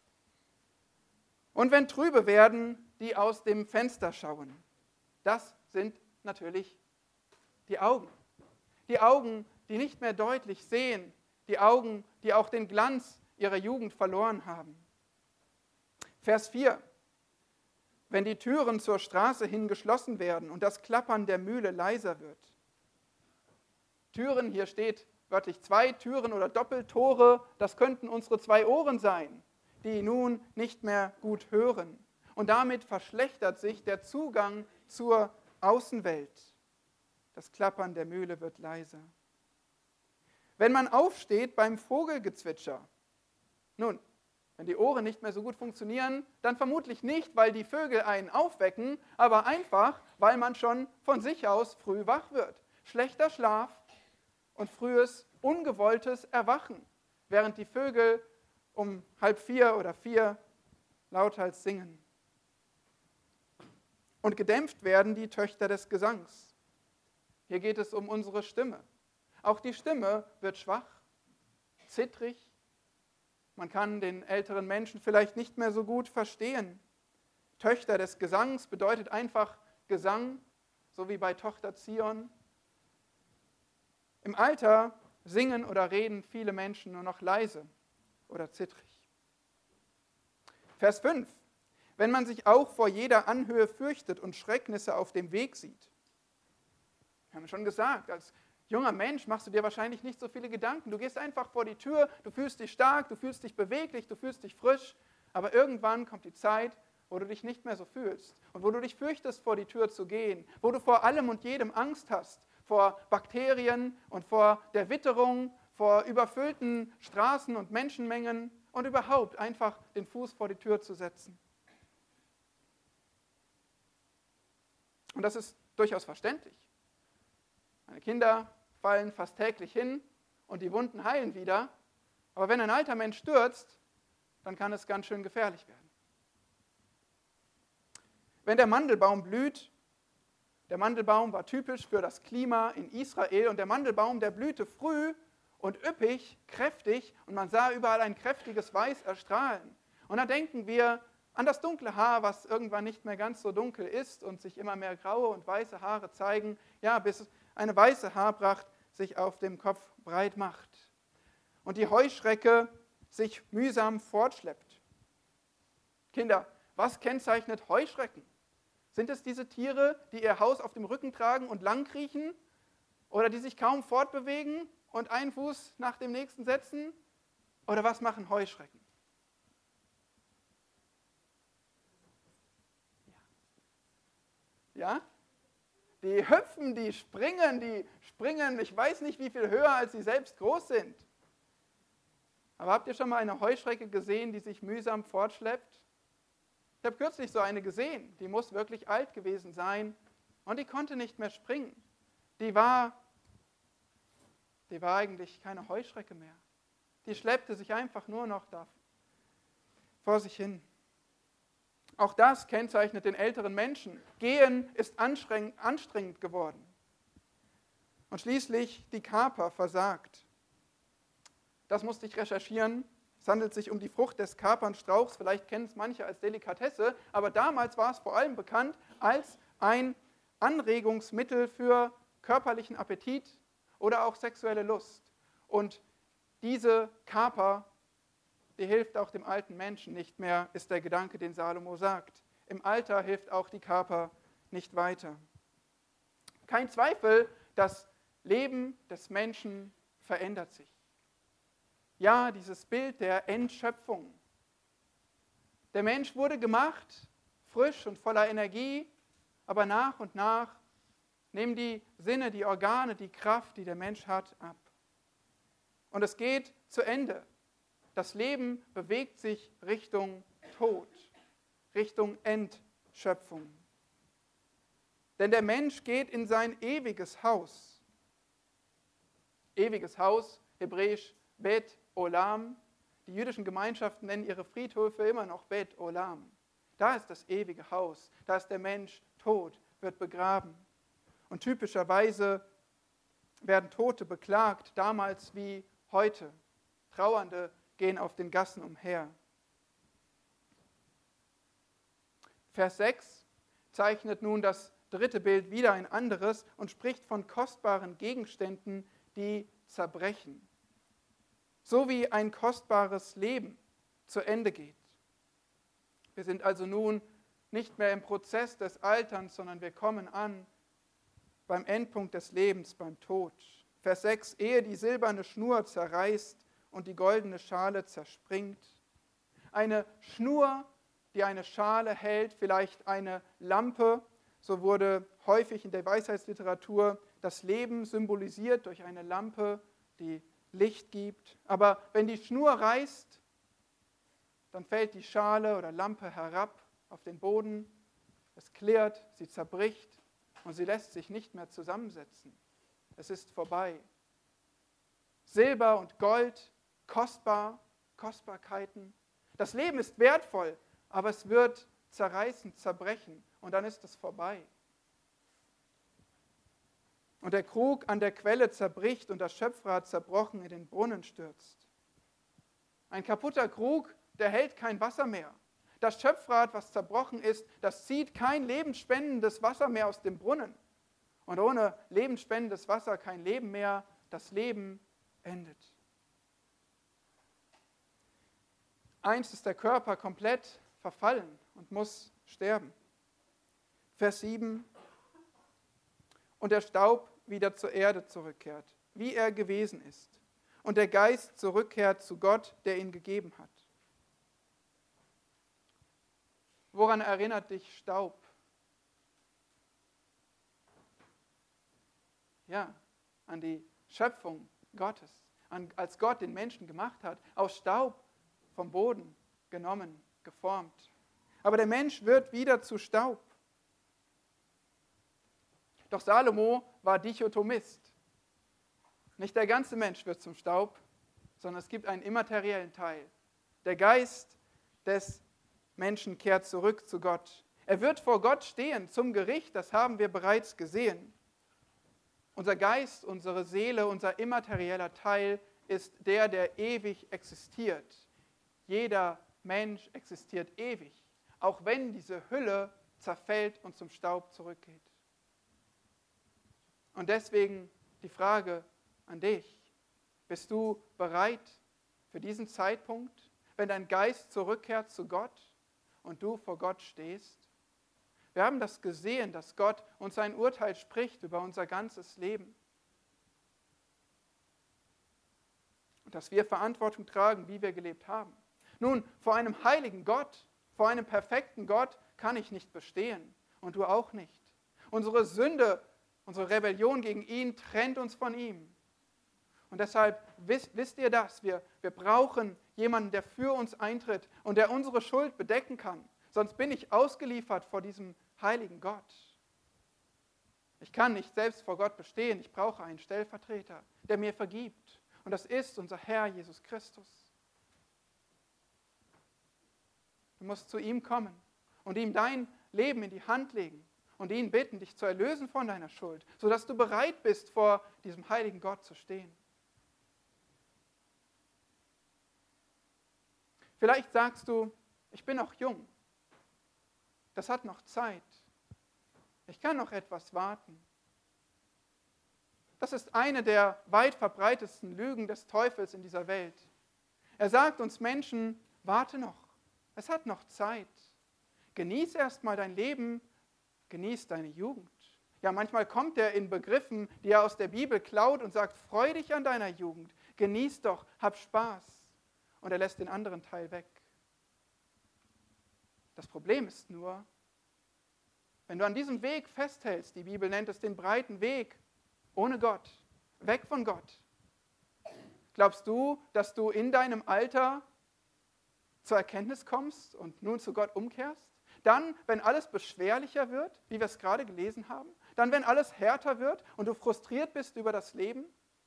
Speaker 2: Und wenn trübe werden, die aus dem Fenster schauen, das sind natürlich die Augen. Die Augen, die nicht mehr deutlich sehen, die Augen, die auch den Glanz ihrer Jugend verloren haben. Vers 4. Wenn die Türen zur Straße hin geschlossen werden und das Klappern der Mühle leiser wird. Türen, hier steht wörtlich 2 Türen oder Doppeltore, das könnten unsere 2 Ohren sein, die nun nicht mehr gut hören. Und damit verschlechtert sich der Zugang zur Außenwelt. Das Klappern der Mühle wird leiser. Wenn man aufsteht beim Vogelgezwitscher, nun, wenn die Ohren nicht mehr so gut funktionieren, dann vermutlich nicht, weil die Vögel einen aufwecken, aber einfach, weil man schon von sich aus früh wach wird. Schlechter Schlaf und frühes, ungewolltes Erwachen, während die Vögel um 3:30 oder 4 lauthals singen. Und gedämpft werden die Töchter des Gesangs. Hier geht es um unsere Stimme. Auch die Stimme wird schwach, zittrig. Man kann den älteren Menschen vielleicht nicht mehr so gut verstehen. Töchter des Gesangs bedeutet einfach Gesang, so wie bei Tochter Zion. Im Alter singen oder reden viele Menschen nur noch leise oder zittrig. Vers 5. Wenn man sich auch vor jeder Anhöhe fürchtet und Schrecknisse auf dem Weg sieht. Wir haben schon gesagt, als junger Mensch machst du dir wahrscheinlich nicht so viele Gedanken. Du gehst einfach vor die Tür, du fühlst dich stark, du fühlst dich beweglich, du fühlst dich frisch. Aber irgendwann kommt die Zeit, wo du dich nicht mehr so fühlst und wo du dich fürchtest, vor die Tür zu gehen, wo du vor allem und jedem Angst hast, vor Bakterien und vor der Witterung, vor überfüllten Straßen und Menschenmengen und überhaupt einfach den Fuß vor die Tür zu setzen. Und das ist durchaus verständlich. Meine Kinder fallen fast täglich hin und die Wunden heilen wieder. Aber wenn ein alter Mensch stürzt, dann kann es ganz schön gefährlich werden. Wenn der Mandelbaum blüht, der Mandelbaum war typisch für das Klima in Israel und der Mandelbaum, der blühte früh und üppig, kräftig und man sah überall ein kräftiges Weiß erstrahlen. Und da denken wir an das dunkle Haar, was irgendwann nicht mehr ganz so dunkel ist und sich immer mehr graue und weiße Haare zeigen, ja, bis eine weiße Haarpracht sich auf dem Kopf breit macht und die Heuschrecke sich mühsam fortschleppt. Kinder, was kennzeichnet Heuschrecken? Sind es diese Tiere, die ihr Haus auf dem Rücken tragen und langkriechen oder die sich kaum fortbewegen und einen Fuß nach dem nächsten setzen? Oder was machen Heuschrecken? Ja? Die hüpfen, die springen, ich weiß nicht, wie viel höher, als sie selbst groß sind. Aber habt ihr schon mal eine Heuschrecke gesehen, die sich mühsam fortschleppt? Ich habe kürzlich so eine gesehen, die muss wirklich alt gewesen sein und die konnte nicht mehr springen. Die war eigentlich keine Heuschrecke mehr. Die schleppte sich einfach nur noch da vor sich hin. Auch das kennzeichnet den älteren Menschen. Gehen ist anstrengend geworden. Und schließlich die Kaper versagt. Das musste ich recherchieren. Es handelt sich um die Frucht des Kapernstrauchs. Vielleicht kennen es manche als Delikatesse, aber damals war es vor allem bekannt als ein Anregungsmittel für körperlichen Appetit oder auch sexuelle Lust. Und diese Kaper die hilft auch dem alten Menschen nicht mehr, ist der Gedanke, den Salomo sagt. Im Alter hilft auch die Kaper nicht weiter. Kein Zweifel, das Leben des Menschen verändert sich. Ja, dieses Bild der Entschöpfung. Der Mensch wurde gemacht, frisch und voller Energie, aber nach und nach nehmen die Sinne, die Organe, die Kraft, die der Mensch hat, ab. Und es geht zu Ende. Das Leben bewegt sich Richtung Tod, Richtung Entschöpfung. Denn der Mensch geht in sein ewiges Haus. Ewiges Haus, hebräisch Bet Olam. Die jüdischen Gemeinschaften nennen ihre Friedhöfe immer noch Bet Olam. Da ist das ewige Haus, da ist der Mensch tot, wird begraben. Und typischerweise werden Tote beklagt, damals wie heute. Trauernde gehen auf den Gassen umher. Vers 6 zeichnet nun das dritte Bild wieder ein anderes und spricht von kostbaren Gegenständen, die zerbrechen. So wie ein kostbares Leben zu Ende geht. Wir sind also nun nicht mehr im Prozess des Alterns, sondern wir kommen an beim Endpunkt des Lebens, beim Tod. Vers 6, ehe die silberne Schnur zerreißt und die goldene Schale zerspringt. Eine Schnur, die eine Schale hält, vielleicht eine Lampe. So wurde häufig in der Weisheitsliteratur das Leben symbolisiert durch eine Lampe, die Licht gibt. Aber wenn die Schnur reißt, dann fällt die Schale oder Lampe herab auf den Boden. Es klirrt, sie zerbricht und sie lässt sich nicht mehr zusammensetzen. Es ist vorbei. Silber und Gold, Kostbarkeiten. Das Leben ist wertvoll, aber es wird zerreißen, zerbrechen und dann ist es vorbei. Und der Krug an der Quelle zerbricht und das Schöpfrad zerbrochen in den Brunnen stürzt. Ein kaputter Krug, der hält kein Wasser mehr. Das Schöpfrad, was zerbrochen ist, das zieht kein lebensspendendes Wasser mehr aus dem Brunnen. Und ohne lebensspendendes Wasser kein Leben mehr. Das Leben endet. Einst ist der Körper komplett verfallen und muss sterben. Vers 7. Und der Staub wieder zur Erde zurückkehrt, wie er gewesen ist. Und der Geist zurückkehrt zu Gott, der ihn gegeben hat. Woran erinnert dich Staub? Ja, an die Schöpfung Gottes, als Gott den Menschen gemacht hat, aus Staub vom Boden genommen, geformt. Aber der Mensch wird wieder zu Staub. Doch Salomo war Dichotomist. Nicht der ganze Mensch wird zum Staub, sondern es gibt einen immateriellen Teil. Der Geist des Menschen kehrt zurück zu Gott. Er wird vor Gott stehen zum Gericht, das haben wir bereits gesehen. Unser Geist, unsere Seele, unser immaterieller Teil ist der, der ewig existiert. Jeder Mensch existiert ewig, auch wenn diese Hülle zerfällt und zum Staub zurückgeht. Und deswegen die Frage an dich, bist du bereit für diesen Zeitpunkt, wenn dein Geist zurückkehrt zu Gott und du vor Gott stehst? Wir haben das gesehen, dass Gott uns ein Urteil spricht über unser ganzes Leben. Und dass wir Verantwortung tragen, wie wir gelebt haben. Nun, vor einem heiligen Gott, vor einem perfekten Gott kann ich nicht bestehen und du auch nicht. Unsere Sünde, unsere Rebellion gegen ihn trennt uns von ihm. Und deshalb wisst ihr das, wir brauchen jemanden, der für uns eintritt und der unsere Schuld bedecken kann. Sonst bin ich ausgeliefert vor diesem heiligen Gott. Ich kann nicht selbst vor Gott bestehen, ich brauche einen Stellvertreter, der mir vergibt. Und das ist unser Herr Jesus Christus. Du musst zu ihm kommen und ihm dein Leben in die Hand legen und ihn bitten, dich zu erlösen von deiner Schuld, sodass du bereit bist, vor diesem heiligen Gott zu stehen. Vielleicht sagst du, ich bin noch jung. Das hat noch Zeit. Ich kann noch etwas warten. Das ist eine der weit verbreitetsten Lügen des Teufels in dieser Welt. Er sagt uns Menschen, warte noch, es hat noch Zeit. Genieß erst mal dein Leben, genieß deine Jugend. Ja, manchmal kommt er in Begriffen, die er aus der Bibel klaut und sagt, freu dich an deiner Jugend, genieß doch, hab Spaß. Und er lässt den anderen Teil weg. Das Problem ist nur, wenn du an diesem Weg festhältst, die Bibel nennt es den breiten Weg, ohne Gott, weg von Gott, glaubst du, dass du in deinem Alter zur Erkenntnis kommst und nun zu Gott umkehrst? Dann, wenn alles beschwerlicher wird, wie wir es gerade gelesen haben? Dann, wenn alles härter wird und du frustriert bist über das Leben?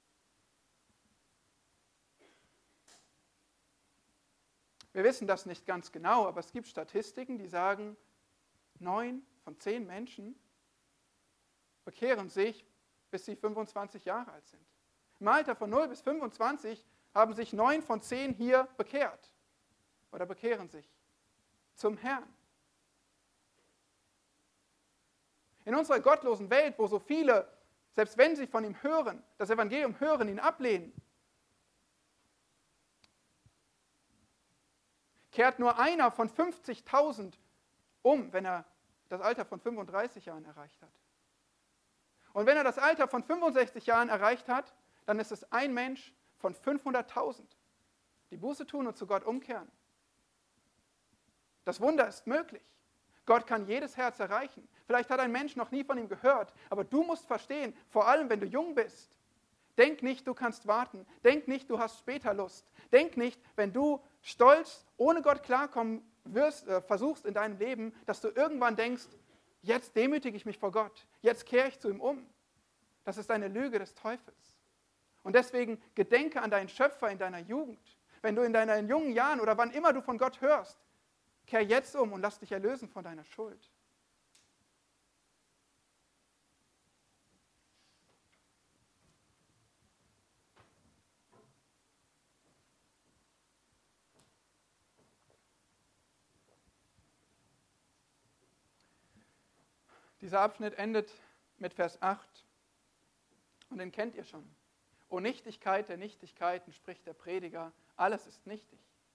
Speaker 2: Wir wissen das nicht ganz genau, aber es gibt Statistiken, die sagen, 9 von 10 Menschen bekehren sich, bis sie 25 Jahre alt sind. Im Alter von 0 bis 25 haben sich 9 von 10 hier bekehrt oder bekehren sich zum Herrn. In unserer gottlosen Welt, wo so viele, selbst wenn sie von ihm hören, das Evangelium hören, ihn ablehnen, kehrt nur einer von 50.000 um, wenn er das Alter von 35 Jahren erreicht hat. Und wenn er das Alter von 65 Jahren erreicht hat, dann ist es ein Mensch von 500.000, die Buße tun und zu Gott umkehren. Das Wunder ist möglich. Gott kann jedes Herz erreichen. Vielleicht hat ein Mensch noch nie von ihm gehört, aber du musst verstehen, vor allem wenn du jung bist, denk nicht, du kannst warten. Denk nicht, du hast später Lust. Denk nicht, wenn du stolz, ohne Gott klarkommen versuchst in deinem Leben, dass du irgendwann denkst, jetzt demütige ich mich vor Gott, jetzt kehre ich zu ihm um. Das ist eine Lüge des Teufels. Und deswegen gedenke an deinen Schöpfer in deiner Jugend. Wenn du in deinen jungen Jahren oder wann immer du von Gott hörst, kehr jetzt um und lass dich erlösen von deiner Schuld. Dieser Abschnitt endet mit Vers 8 und den kennt ihr schon. O Nichtigkeit der Nichtigkeiten, spricht der Prediger, alles ist nichtig.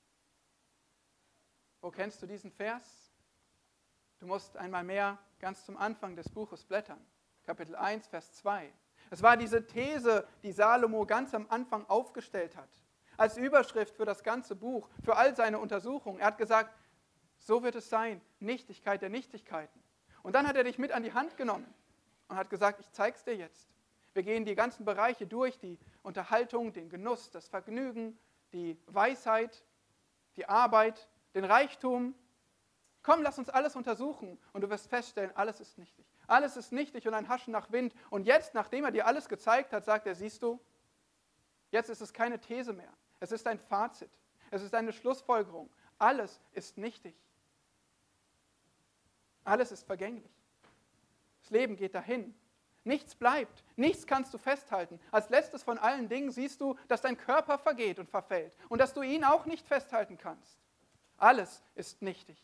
Speaker 2: Wo kennst du diesen Vers? Du musst einmal mehr ganz zum Anfang des Buches blättern. Kapitel 1, Vers 2. Es war diese These, die Salomo ganz am Anfang aufgestellt hat. Als Überschrift für das ganze Buch, für all seine Untersuchungen. Er hat gesagt, so wird es sein, Nichtigkeit der Nichtigkeiten. Und dann hat er dich mit an die Hand genommen und hat gesagt, ich zeig's dir jetzt. Wir gehen die ganzen Bereiche durch, die Unterhaltung, den Genuss, das Vergnügen, die Weisheit, die Arbeit, den Reichtum. Komm, lass uns alles untersuchen und du wirst feststellen, alles ist nichtig. Alles ist nichtig und ein Haschen nach Wind. Und jetzt, nachdem er dir alles gezeigt hat, sagt er, siehst du, jetzt ist es keine These mehr. Es ist ein Fazit. Es ist eine Schlussfolgerung. Alles ist nichtig. Alles ist vergänglich. Das Leben geht dahin. Nichts bleibt. Nichts kannst du festhalten. Als letztes von allen Dingen siehst du, dass dein Körper vergeht und verfällt und dass du ihn auch nicht festhalten kannst. Alles ist nichtig.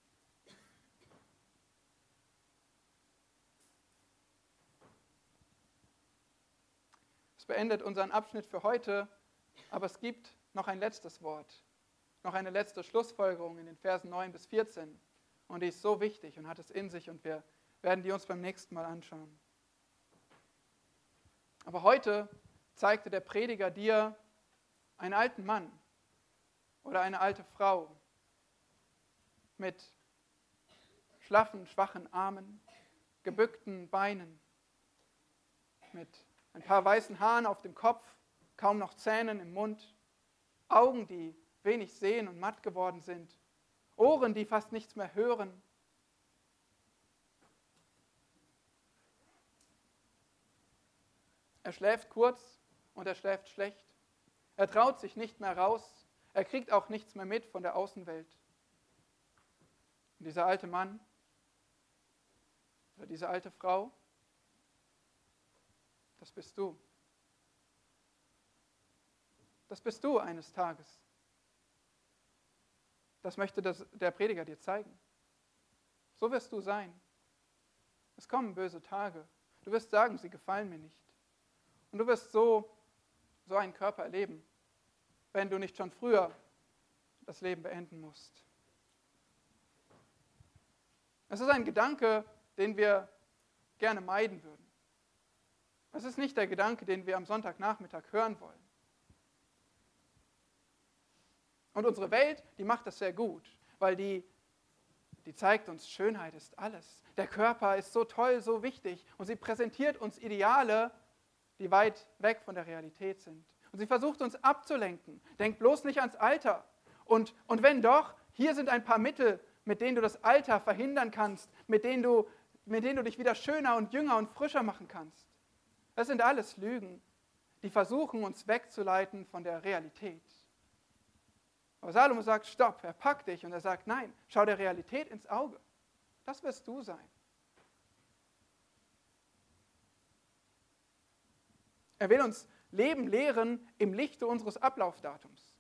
Speaker 2: Es beendet unseren Abschnitt für heute, aber es gibt noch ein letztes Wort, noch eine letzte Schlussfolgerung in den Versen 9 bis 14. Und die ist so wichtig und hat es in sich und wir werden die uns beim nächsten Mal anschauen. Aber heute zeigte der Prediger dir einen alten Mann oder eine alte Frau mit schlaffen, schwachen Armen, gebückten Beinen, mit ein paar weißen Haaren auf dem Kopf, kaum noch Zähnen im Mund, Augen, die wenig sehen und matt geworden sind, Ohren, die fast nichts mehr hören. Er schläft kurz und er schläft schlecht. Er traut sich nicht mehr raus. Er kriegt auch nichts mehr mit von der Außenwelt. Und dieser alte Mann oder diese alte Frau, das bist du. Das bist du eines Tages. Das möchte der Prediger dir zeigen. So wirst du sein. Es kommen böse Tage. Du wirst sagen, sie gefallen mir nicht. Und du wirst so einen Körper erleben. wenn du nicht schon früher das Leben beenden musst. Es ist ein Gedanke, den wir gerne meiden würden. Es ist nicht der Gedanke, den wir am Sonntagnachmittag hören wollen. Und unsere Welt, die macht das sehr gut, weil die zeigt uns, Schönheit ist alles. Der Körper ist so toll, so wichtig. Und sie präsentiert uns Ideale, die weit weg von der Realität sind. Und sie versucht uns abzulenken. Denk bloß nicht ans Alter. Und wenn doch, hier sind ein paar Mittel, mit denen du das Alter verhindern kannst, mit denen du dich wieder schöner und jünger und frischer machen kannst. Das sind alles Lügen, die versuchen, uns wegzuleiten von der Realität. Aber Salomo sagt, stopp, er packt dich und er sagt, nein, schau der Realität ins Auge. Das wirst du sein. Er will uns Leben lehren im Lichte unseres Ablaufdatums.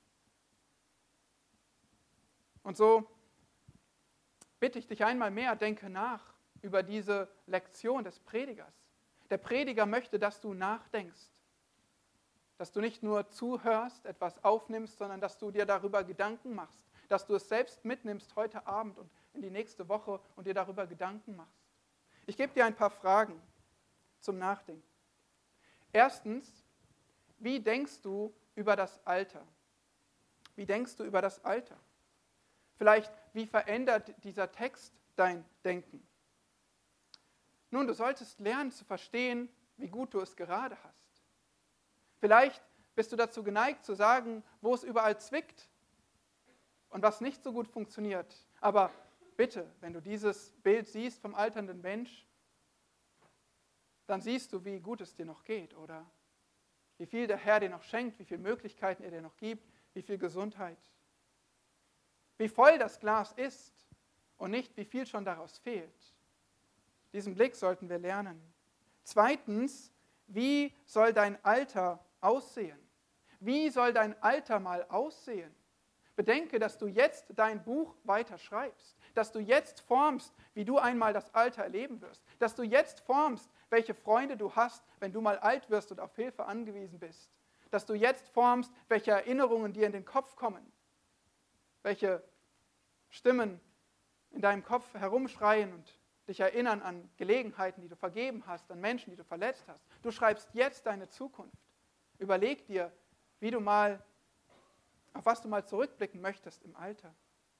Speaker 2: Und so bitte ich dich einmal mehr, denke nach über diese Lektion des Predigers. Der Prediger möchte, dass du nachdenkst. Dass du nicht nur zuhörst, etwas aufnimmst, sondern dass du dir darüber Gedanken machst. Dass du es selbst mitnimmst heute Abend und in die nächste Woche und dir darüber Gedanken machst. Ich gebe dir ein paar Fragen zum Nachdenken. Erstens, wie denkst du über das Alter? Wie denkst du über das Alter? Vielleicht, wie verändert dieser Text dein Denken? Nun, du solltest lernen zu verstehen, wie gut du es gerade hast. Vielleicht bist du dazu geneigt zu sagen, wo es überall zwickt und was nicht so gut funktioniert. Aber bitte, wenn du dieses Bild siehst vom alternden Mensch, dann siehst du, wie gut es dir noch geht, oder? Wie viel der Herr dir noch schenkt, wie viele Möglichkeiten er dir noch gibt, wie viel Gesundheit. Wie voll das Glas ist und nicht, wie viel schon daraus fehlt. Diesen Blick sollten wir lernen. Zweitens, wie soll dein Alter aussehen? Wie soll dein Alter mal aussehen? Bedenke, dass du jetzt dein Buch weiter schreibst, dass du jetzt formst, wie du einmal das Alter erleben wirst, dass du jetzt formst, welche Freunde du hast, wenn du mal alt wirst und auf Hilfe angewiesen bist, dass du jetzt formst, welche Erinnerungen dir in den Kopf kommen, welche Stimmen in deinem Kopf herumschreien und dich erinnern an Gelegenheiten, die du vergeben hast, an Menschen, die du verletzt hast. Du schreibst jetzt deine Zukunft. Überleg dir, auf was du mal zurückblicken möchtest im Alter.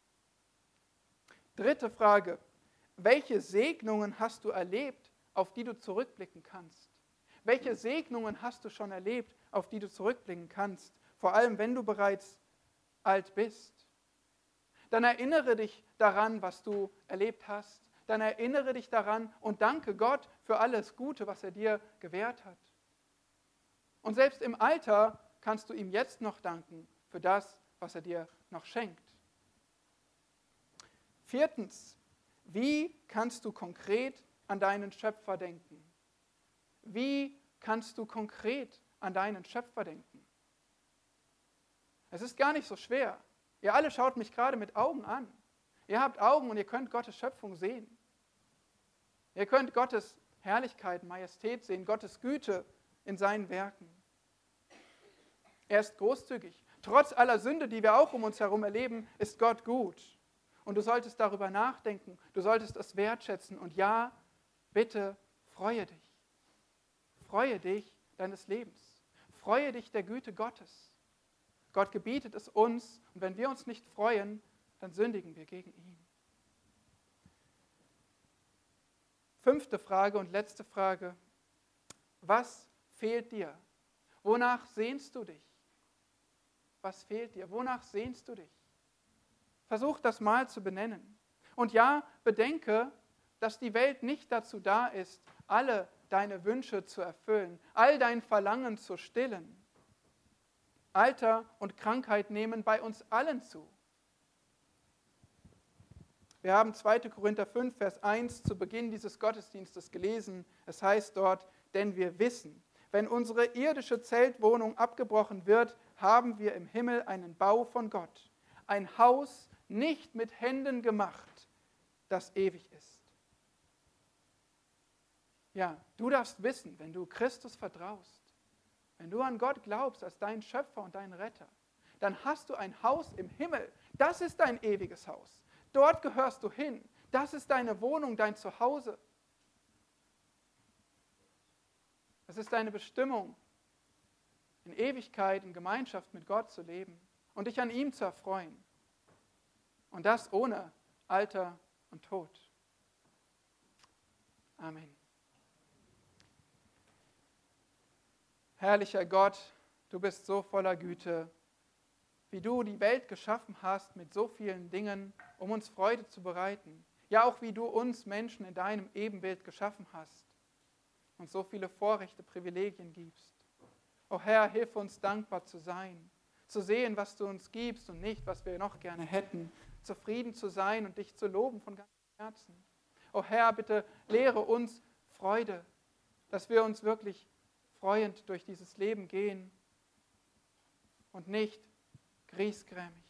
Speaker 2: Dritte Frage. Welche Segnungen hast du erlebt, auf die du zurückblicken kannst? Welche Segnungen hast du schon erlebt, auf die du zurückblicken kannst? Vor allem, wenn du bereits alt bist. Dann erinnere dich daran, was du erlebt hast. Dann erinnere dich daran und danke Gott für alles Gute, was er dir gewährt hat. Und selbst im Alter kannst du ihm jetzt noch danken für das, was er dir noch schenkt. Viertens, wie kannst du konkret an deinen Schöpfer denken? Wie kannst du konkret an deinen Schöpfer denken? Es ist gar nicht so schwer. Ihr alle schaut mich gerade mit Augen an. Ihr habt Augen und ihr könnt Gottes Schöpfung sehen. Ihr könnt Gottes Herrlichkeit, Majestät sehen, Gottes Güte in seinen Werken. Er ist großzügig. Trotz aller Sünde, die wir auch um uns herum erleben, ist Gott gut. Und du solltest darüber nachdenken, du solltest es wertschätzen. Und ja, bitte freue dich. Freue dich deines Lebens. Freue dich der Güte Gottes. Gott gebietet es uns und wenn wir uns nicht freuen, dann sündigen wir gegen ihn. Fünfte Frage und letzte Frage. Was fehlt dir? Wonach sehnst du dich? Was fehlt dir? Wonach sehnst du dich? Versuch das mal zu benennen. Und ja, bedenke, dass die Welt nicht dazu da ist, alle deine Wünsche zu erfüllen, all dein Verlangen zu stillen. Alter und Krankheit nehmen bei uns allen zu. Wir haben 2. Korinther 5, Vers 1 zu Beginn dieses Gottesdienstes gelesen. Es heißt dort, denn wir wissen, wenn unsere irdische Zeltwohnung abgebrochen wird, haben wir im Himmel einen Bau von Gott. Ein Haus nicht mit Händen gemacht, das ewig ist. Ja, du darfst wissen, wenn du Christus vertraust, wenn du an Gott glaubst als deinen Schöpfer und deinen Retter, dann hast du ein Haus im Himmel. Das ist dein ewiges Haus. Dort gehörst du hin. Das ist deine Wohnung, dein Zuhause. Es ist deine Bestimmung, in Ewigkeit, in Gemeinschaft mit Gott zu leben und dich an ihm zu erfreuen. Und das ohne Alter und Tod. Amen. Herrlicher Gott, du bist so voller Güte, wie du die Welt geschaffen hast mit so vielen Dingen, um uns Freude zu bereiten. Ja, auch wie du uns Menschen in deinem Ebenbild geschaffen hast und so viele Vorrechte, Privilegien gibst. O Herr, hilf uns dankbar zu sein, zu sehen, was du uns gibst und nicht, was wir noch gerne hätten, zufrieden zu sein und dich zu loben von ganzem Herzen. O Herr, bitte lehre uns Freude, dass wir uns wirklich freuend durch dieses Leben gehen und nicht griesgrämig.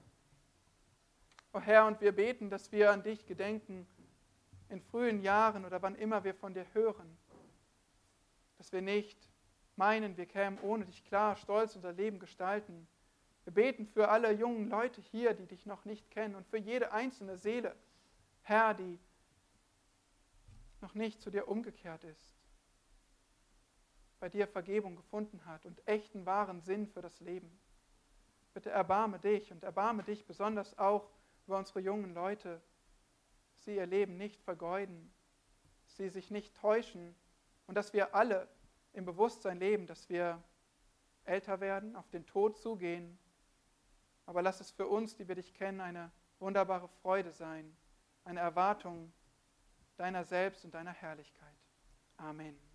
Speaker 2: O Herr, und wir beten, dass wir an dich gedenken in frühen Jahren oder wann immer wir von dir hören, dass wir nicht meinen, wir kämen ohne dich klar, stolz unser Leben gestalten. Wir beten für alle jungen Leute hier, die dich noch nicht kennen und für jede einzelne Seele, Herr, die noch nicht zu dir umgekehrt ist, bei dir Vergebung gefunden hat und echten, wahren Sinn für das Leben. Bitte erbarme dich und erbarme dich besonders auch über unsere jungen Leute, dass sie ihr Leben nicht vergeuden, dass sie sich nicht täuschen und dass wir alle im Bewusstsein leben, dass wir älter werden, auf den Tod zugehen. Aber lass es für uns, die wir dich kennen, eine wunderbare Freude sein, eine Erwartung deiner selbst und deiner Herrlichkeit. Amen.